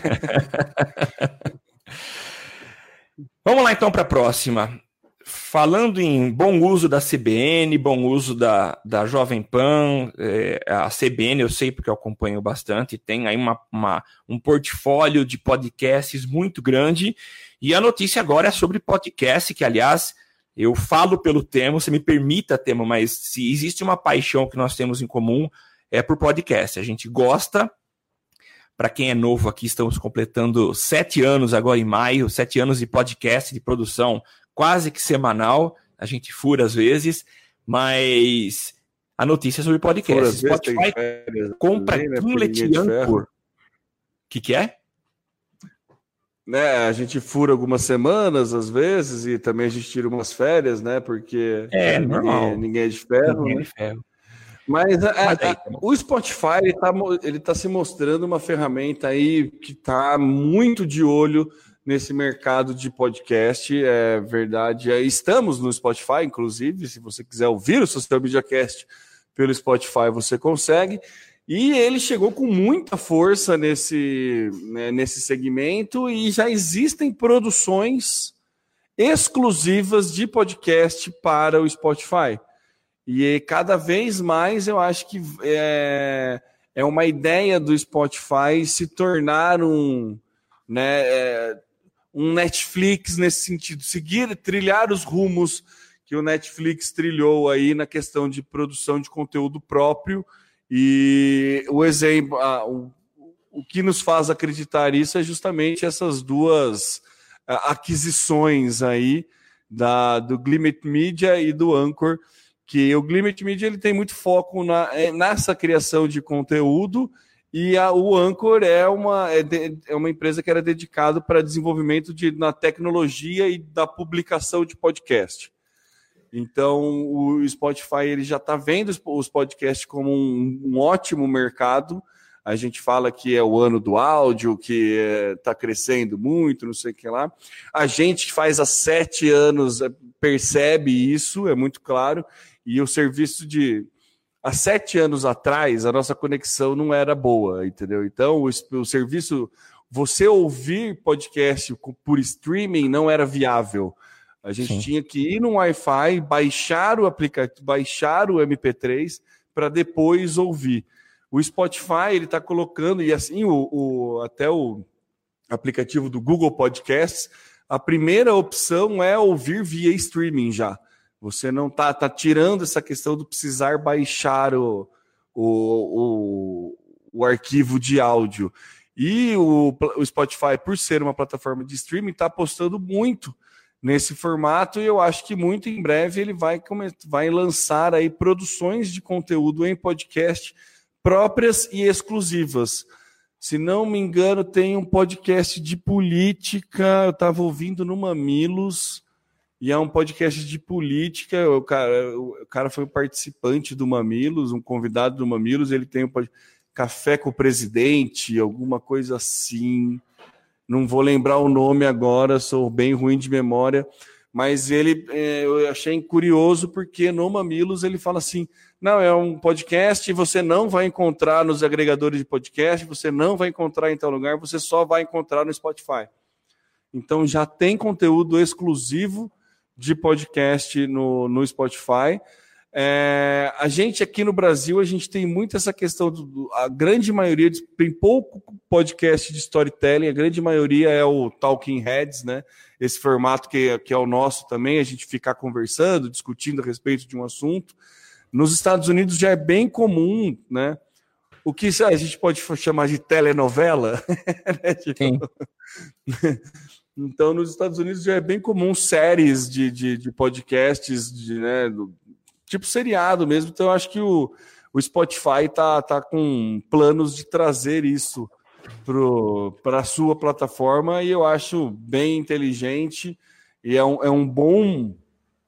Vamos lá então para a próxima. Falando em bom uso da C B N, bom uso da, da Jovem Pan, é, a C B N eu sei porque eu acompanho bastante, tem aí uma, uma, um portfólio de podcasts muito grande, e a notícia agora é sobre podcast, que aliás eu falo pelo Temo, você me permita, Temo, mas se existe uma paixão que nós temos em comum é por podcast, a gente gosta. Para quem é novo aqui, estamos completando sete anos agora em maio, sete anos de podcast, de produção quase que semanal. A gente fura às vezes, mas a notícia é sobre podcast. Spotify compra Gimlet e Anchor. O que, que é? Né, a gente fura algumas semanas às vezes e também a gente tira umas férias, né? Porque é, ninguém, normal. ninguém é de ferro. Ninguém né? é de ferro. Mas, a, Mas aí, a, o Spotify ele está ele tá se mostrando uma ferramenta aí que está muito de olho nesse mercado de podcast, é verdade. Estamos no Spotify, inclusive, se você quiser ouvir o Social Media Cast pelo Spotify, você consegue. E ele chegou com muita força nesse, né, nesse segmento e já existem produções exclusivas de podcast para o Spotify. E cada vez mais eu acho que é, é uma ideia do Spotify se tornar um, né, é, um Netflix nesse sentido, seguir, trilhar os rumos que o Netflix trilhou aí na questão de produção de conteúdo próprio. E o exemplo, a, o, o que nos faz acreditar isso é justamente essas duas a, aquisições aí da, do Gimlet Media e do Anchor, que o Gimlet Media ele tem muito foco na, nessa criação de conteúdo e a, o Anchor é uma, é, de, é uma empresa que era dedicada para desenvolvimento de, na tecnologia e da publicação de podcast. Então, o Spotify ele já está vendo os podcasts como um, um ótimo mercado. A gente fala que é o ano do áudio, que está é, crescendo muito, não sei o que lá. A gente que faz há sete anos percebe isso, é muito claro. E o serviço de... Há sete anos atrás, a nossa conexão não era boa, entendeu? Então, o, o serviço... Você ouvir podcast por streaming não era viável. A gente Sim. tinha que ir no Wi-Fi, baixar o aplicativo, baixar o M P três para depois ouvir. O Spotify ele está colocando, e assim, o, o, até o aplicativo do Google Podcasts, a primeira opção é ouvir via streaming já. Você não está tá tirando essa questão de precisar baixar o, o, o, o arquivo de áudio. E o, o Spotify, por ser uma plataforma de streaming, está apostando muito nesse formato, e eu acho que muito em breve ele vai, vai lançar aí produções de conteúdo em podcast próprias e exclusivas. Se não me engano, tem um podcast de política, eu estava ouvindo no Mamilos, e é um podcast de política, o cara, o cara foi um participante do Mamilos, um convidado do Mamilos, ele tem um podcast Café com o Presidente, alguma coisa assim. Não vou lembrar o nome agora, sou bem ruim de memória, mas ele, é, eu achei curioso porque no Mamilos ele fala assim, não, é um podcast e você não vai encontrar nos agregadores de podcast, você não vai encontrar em tal lugar, você só vai encontrar no Spotify. Então já tem conteúdo exclusivo de podcast no, no Spotify. É, a gente aqui no Brasil, a gente tem muito essa questão, do, a grande maioria, tem pouco podcast de storytelling, a grande maioria é o Talking Heads, né? Esse formato que, que é o nosso também, a gente ficar conversando, discutindo a respeito de um assunto. Nos Estados Unidos já é bem comum, né? O que a gente pode chamar de telenovela, né? Tipo... Então, nos Estados Unidos já é bem comum séries de, de, de podcasts, de, né, do, tipo seriado mesmo. Então, eu acho que o, o Spotify tá, tá com planos de trazer isso para a sua plataforma, e eu acho bem inteligente e é um, é um bom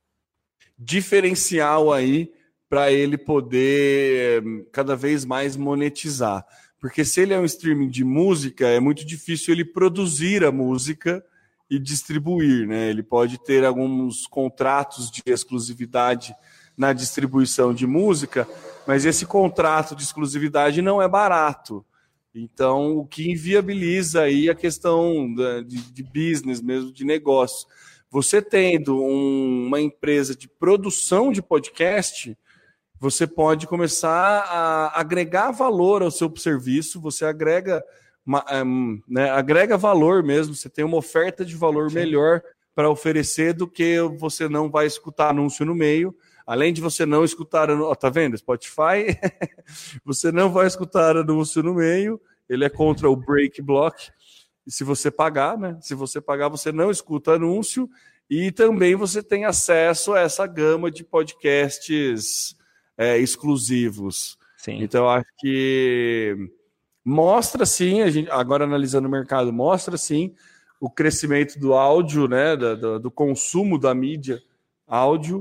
diferencial aí para ele poder cada vez mais monetizar. Porque se ele é um streaming de música, é muito difícil ele produzir a música e distribuir, né? Ele pode ter alguns contratos de exclusividade na distribuição de música, mas esse contrato de exclusividade não é barato. Então, o que inviabiliza aí a questão de, de business mesmo, de negócio. Você tendo um, uma empresa de produção de podcast, você pode começar a agregar valor ao seu serviço, você agrega, um, né, agrega valor mesmo, você tem uma oferta de valor Sim. melhor para oferecer do que você não vai escutar anúncio no meio. Além de você não escutar, ó, tá vendo? Spotify, você não vai escutar anúncio no meio, ele é contra o break block, e se você pagar, né? Se você pagar, você não escuta anúncio, e também você tem acesso a essa gama de podcasts é, exclusivos. Sim. Então, eu acho que mostra sim, a gente, agora analisando o mercado, mostra sim o crescimento do áudio, né? Do, do, do consumo da mídia áudio.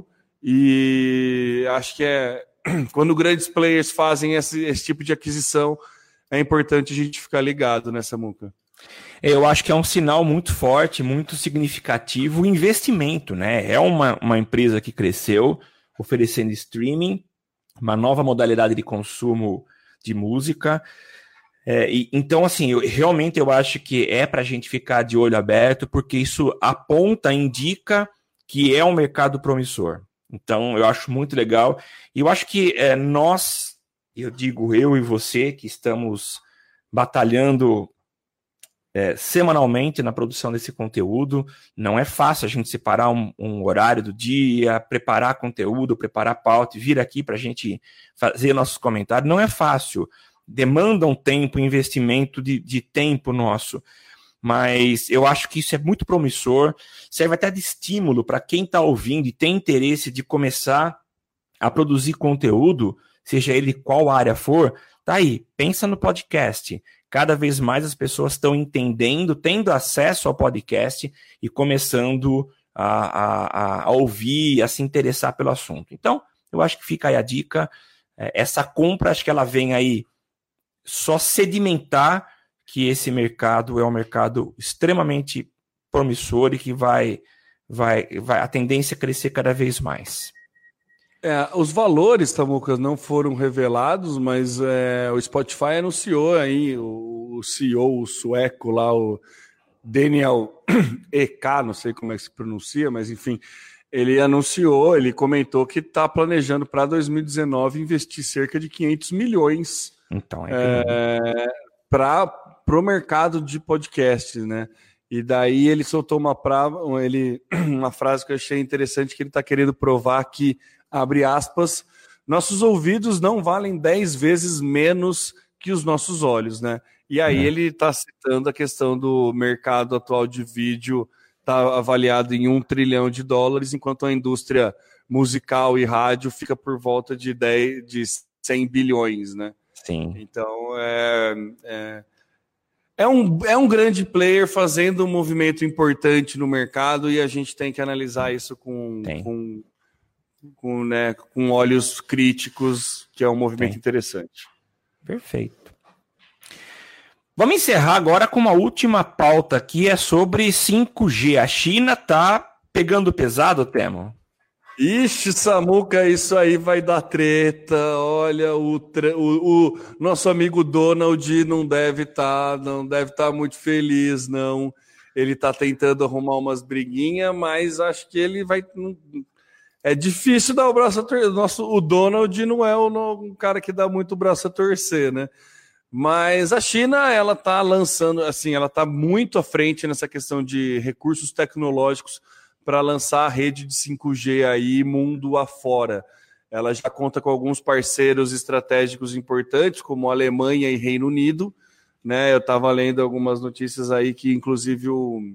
E acho que é quando grandes players fazem esse, esse tipo de aquisição, é importante a gente ficar ligado nessa Muca. Eu acho que é um sinal muito forte, muito significativo o investimento, né? É uma, uma empresa que cresceu oferecendo streaming, uma nova modalidade de consumo de música. É, e, então, assim, eu, realmente eu acho que é para a gente ficar de olho aberto, porque isso aponta, indica que é um mercado promissor. Então, eu acho muito legal. E eu acho que é, nós, eu digo eu e você, que estamos batalhando é, semanalmente na produção desse conteúdo, não é fácil a gente separar um, um horário do dia, preparar conteúdo, preparar pauta e vir aqui para a gente fazer nossos comentários. Não é fácil. Demanda um tempo, investimento de, de tempo nosso. Mas eu acho que isso é muito promissor, serve até de estímulo para quem está ouvindo e tem interesse de começar a produzir conteúdo, seja ele qual área for, tá aí, pensa no podcast. Cada vez mais as pessoas estão entendendo, tendo acesso ao podcast e começando a, a, a ouvir, a se interessar pelo assunto. Então, eu acho que fica aí a dica, essa compra, acho que ela vem aí só sedimentar que esse mercado é um mercado extremamente promissor e que vai, vai, vai a tendência é crescer cada vez mais. É, os valores, Tamucas, não foram revelados, mas é, o Spotify anunciou aí, o, o C E O, o sueco lá, o Daniel Ek, não sei como é que se pronuncia, mas enfim, ele anunciou, ele comentou que está planejando para dois mil e dezenove investir cerca de quinhentos milhões então, é é, para o mercado de podcasts, né? E daí ele soltou uma, pra, ele, uma frase que eu achei interessante, que ele está querendo provar que, abre aspas, nossos ouvidos não valem dez vezes menos que os nossos olhos, né? E aí é. ele está citando a questão do mercado atual de vídeo está avaliado em um trilhão de dólares, enquanto a indústria musical e rádio fica por volta de, dez, de cem bilhões, né? Sim. Então, é, é, é, um, é um grande player fazendo um movimento importante no mercado e a gente tem que analisar isso com, com, com, né, com olhos críticos, que é um movimento tem. interessante. Perfeito. Vamos encerrar agora com uma última pauta aqui, é sobre cinco G. A China tá pegando pesado, Temo? Ixi, Samuca, isso aí vai dar treta. Olha, o, o, o nosso amigo Donald não deve estar, tá, não deve estar tá muito feliz, não. Ele está tentando arrumar umas briguinhas, mas acho que ele vai. É difícil dar o braço a torcer. Nosso, o Donald não é o, um cara que dá muito o braço a torcer, né? Mas a China, ela está lançando, assim, ela está muito à frente nessa questão de recursos tecnológicos para lançar a rede de cinco G aí mundo afora. Ela já conta com alguns parceiros estratégicos importantes, como a Alemanha e Reino Unido, né? Eu estava lendo algumas notícias aí que, inclusive, o,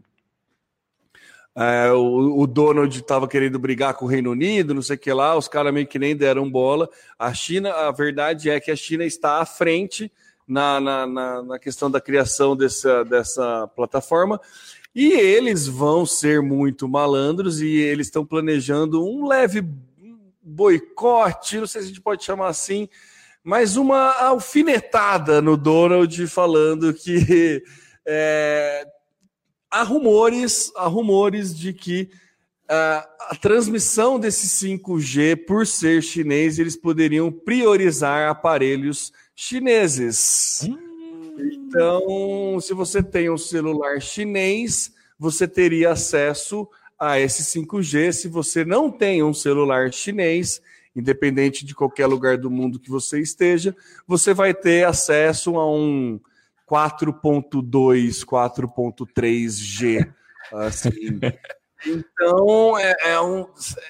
é, o, o Donald estava querendo brigar com o Reino Unido, não sei o que lá, os caras meio que nem deram bola. A China, a verdade é que a China está à frente Na, na, na, na questão da criação dessa, dessa plataforma, e eles vão ser muito malandros, e eles estão planejando um leve boicote, não sei se a gente pode chamar assim, mas uma alfinetada no Donald, falando que é, há rumores, há rumores de que a, a transmissão desse cinco G, por ser chinês, eles poderiam priorizar aparelhos chineses. Hum. Então, se você tem um celular chinês, você teria acesso a esse cinco G. Se você não tem um celular chinês, independente de qualquer lugar do mundo que você esteja, você vai ter acesso a um quatro ponto dois, quatro ponto três G. Assim. Então, é, é um...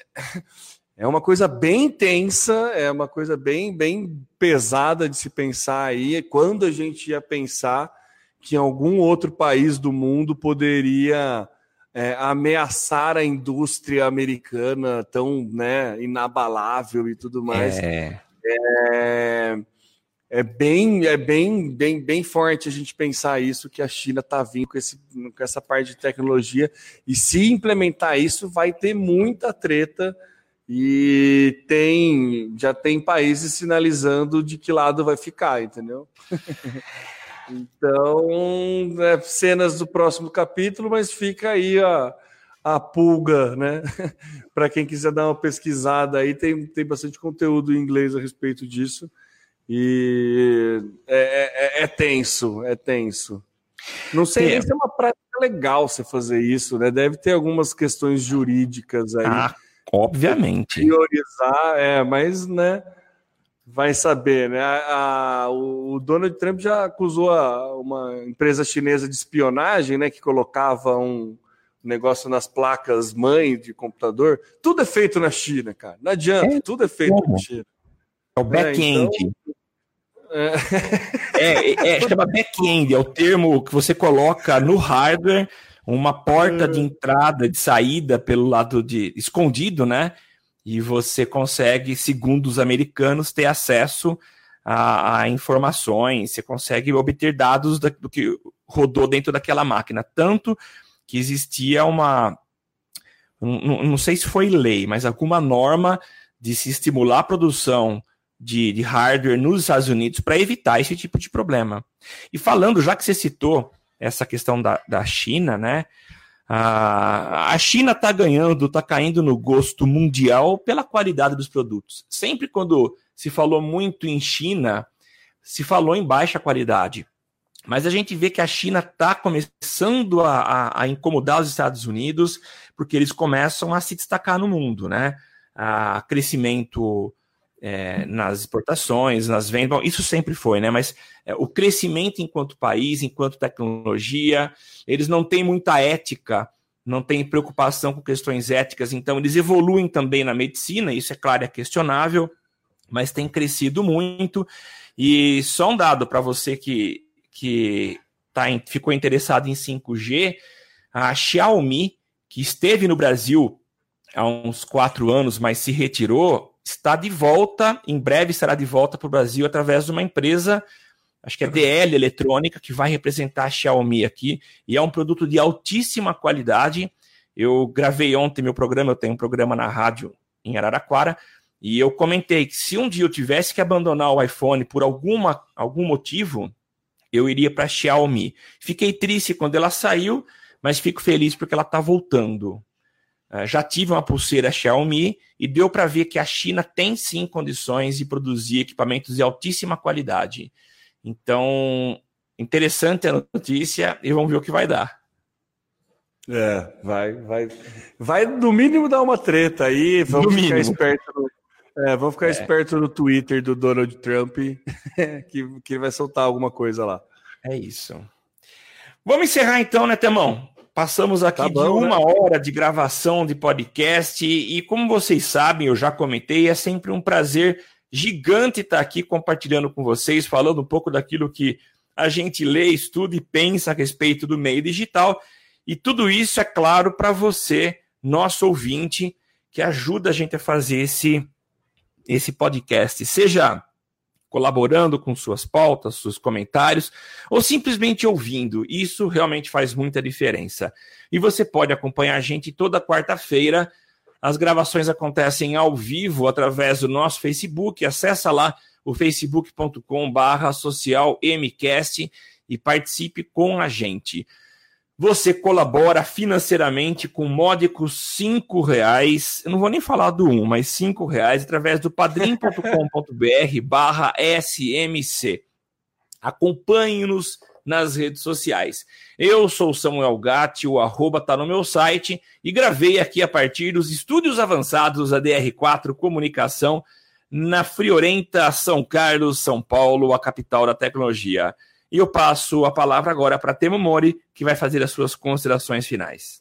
É uma coisa bem tensa, é uma coisa bem, bem pesada de se pensar aí. Quando a gente ia pensar que algum outro país do mundo poderia é, ameaçar a indústria americana tão, né, inabalável e tudo mais. É, é, é, bem, é bem, bem, bem forte a gente pensar isso, que a China está vindo com, esse, com essa parte de tecnologia. E se implementar isso, vai ter muita treta. E tem, já tem países sinalizando de que lado vai ficar, entendeu? Então, é, cenas do próximo capítulo, mas fica aí a, a pulga, né? Para quem quiser dar uma pesquisada aí, tem, tem bastante conteúdo em inglês a respeito disso. E é, é, é tenso, é tenso. Não sei nem se é uma prática legal você fazer isso, né? Deve ter algumas questões jurídicas aí. Ah. Obviamente. Priorizar, é, mas, né, vai saber, né? A, a, o Donald Trump já acusou a, uma empresa chinesa de espionagem, né, que colocava um negócio nas placas mãe de computador. Tudo é feito na China, cara. Não adianta, é, tudo é feito como? na China. É o back-end. É, então... é, é, é, chama back-end, é o termo que você coloca no hardware, uma porta de entrada, de saída pelo lado de escondido, né? E você consegue, segundo os americanos, ter acesso a, a informações, você consegue obter dados da, do que rodou dentro daquela máquina. Tanto que existia uma, não, não sei se foi lei, mas alguma norma de se estimular a produção de, de hardware nos Estados Unidos para evitar esse tipo de problema. E falando, já que você citou essa questão da, da China, né? A, a China está ganhando, está caindo no gosto mundial pela qualidade dos produtos. Sempre quando se falou muito em China, se falou em baixa qualidade. Mas a gente vê que a China está começando a, a, a incomodar os Estados Unidos, porque eles começam a se destacar no mundo, né? A crescimento é, nas exportações, nas vendas, bom, isso sempre foi, né? Mas é, o crescimento enquanto país, enquanto tecnologia, eles não têm muita ética, não têm preocupação com questões éticas, então eles evoluem também na medicina, isso é claro, é questionável, mas tem crescido muito. E só um dado para você que que tá em, ficou interessado em cinco G, a Xiaomi, que esteve no Brasil há uns quatro anos, mas se retirou, está de volta, em breve estará de volta para o Brasil através de uma empresa, acho que é D L Eletrônica, que vai representar a Xiaomi aqui, e é um produto de altíssima qualidade. Eu gravei ontem meu programa, eu tenho um programa na rádio em Araraquara, e eu comentei que se um dia eu tivesse que abandonar o iPhone por alguma, algum motivo, eu iria para a Xiaomi. Fiquei triste quando ela saiu, mas fico feliz porque ela está voltando. Uh, já tive uma pulseira Xiaomi e deu para ver que a China tem sim condições de produzir equipamentos de altíssima qualidade. Então, interessante a notícia e vamos ver o que vai dar. É, vai, vai, vai no mínimo dar uma treta aí, vamos no ficar mínimo. esperto no, é, vamos ficar é. esperto no Twitter do Donald Trump, que, que vai soltar alguma coisa lá. É isso. Vamos encerrar então, né, Temão? Passamos aqui tá bom, de uma né? hora de gravação de podcast e, e como vocês sabem, eu já comentei, é sempre um prazer gigante estar aqui compartilhando com vocês, falando um pouco daquilo que a gente lê, estuda e pensa a respeito do meio digital. E tudo isso, é claro, para você, nosso ouvinte, que ajuda a gente a fazer esse, esse podcast, seja colaborando com suas pautas, seus comentários, ou simplesmente ouvindo. Isso realmente faz muita diferença. E você pode acompanhar a gente toda quarta-feira. As gravações acontecem ao vivo através do nosso Facebook. Acessa lá o facebook ponto com barra social mcast e participe com a gente. Você colabora financeiramente com módicos cinco reais. Eu não vou nem falar do um, mas cinco reais através do padrim ponto com ponto br barra smc. Acompanhe-nos nas redes sociais. Eu sou o Samuel Gatti, o arroba está no meu site e gravei aqui a partir dos estúdios avançados da D R quatro Comunicação na friorenta São Carlos, São Paulo, a capital da tecnologia. E eu passo a palavra agora para Temo Mori, que vai fazer as suas considerações finais.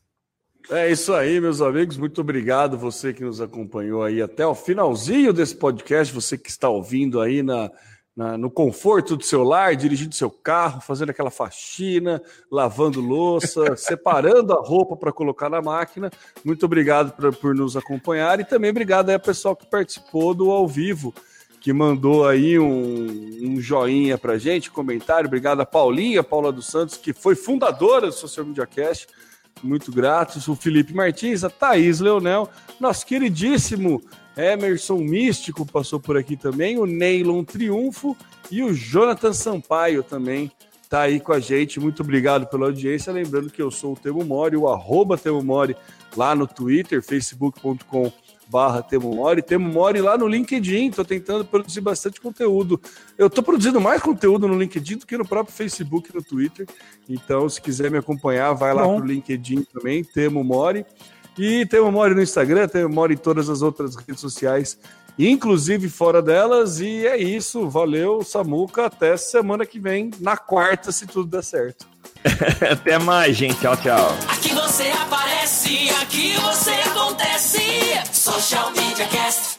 É isso aí, meus amigos. Muito obrigado você que nos acompanhou aí até o finalzinho desse podcast, você que está ouvindo aí na, na, no conforto do seu lar, dirigindo seu carro, fazendo aquela faxina, lavando louça, separando a roupa para colocar na máquina. Muito obrigado por, por nos acompanhar e também obrigado aí ao pessoal que participou do ao vivo, que mandou aí um, um joinha pra gente, comentário. Obrigado a Paulinha, Paula dos Santos, que foi fundadora do Social Media Cast. Muito gratos. O Felipe Martins, a Thaís Leonel, nosso queridíssimo Emerson Místico passou por aqui também, o Neylon Triunfo e o Jonathan Sampaio também tá aí com a gente. Muito obrigado pela audiência. Lembrando que eu sou o Temo Mori, o arroba Temo Mori lá no Twitter, facebook ponto com barra Temo Mori, Temo Mori lá no LinkedIn. Estou tentando produzir bastante conteúdo. Eu estou produzindo mais conteúdo no LinkedIn do que no próprio Facebook e no Twitter. Então, se quiser me acompanhar, vai lá pro LinkedIn também, Temo Mori. E Temo Mori no Instagram, Temo Mori em todas as outras redes sociais, inclusive fora delas. E é isso. Valeu, Samuca. Até semana que vem, na quarta, se tudo der certo. Até mais, gente. Tchau, tchau. Aqui você aparece, aqui você acontece. Social Media Cast.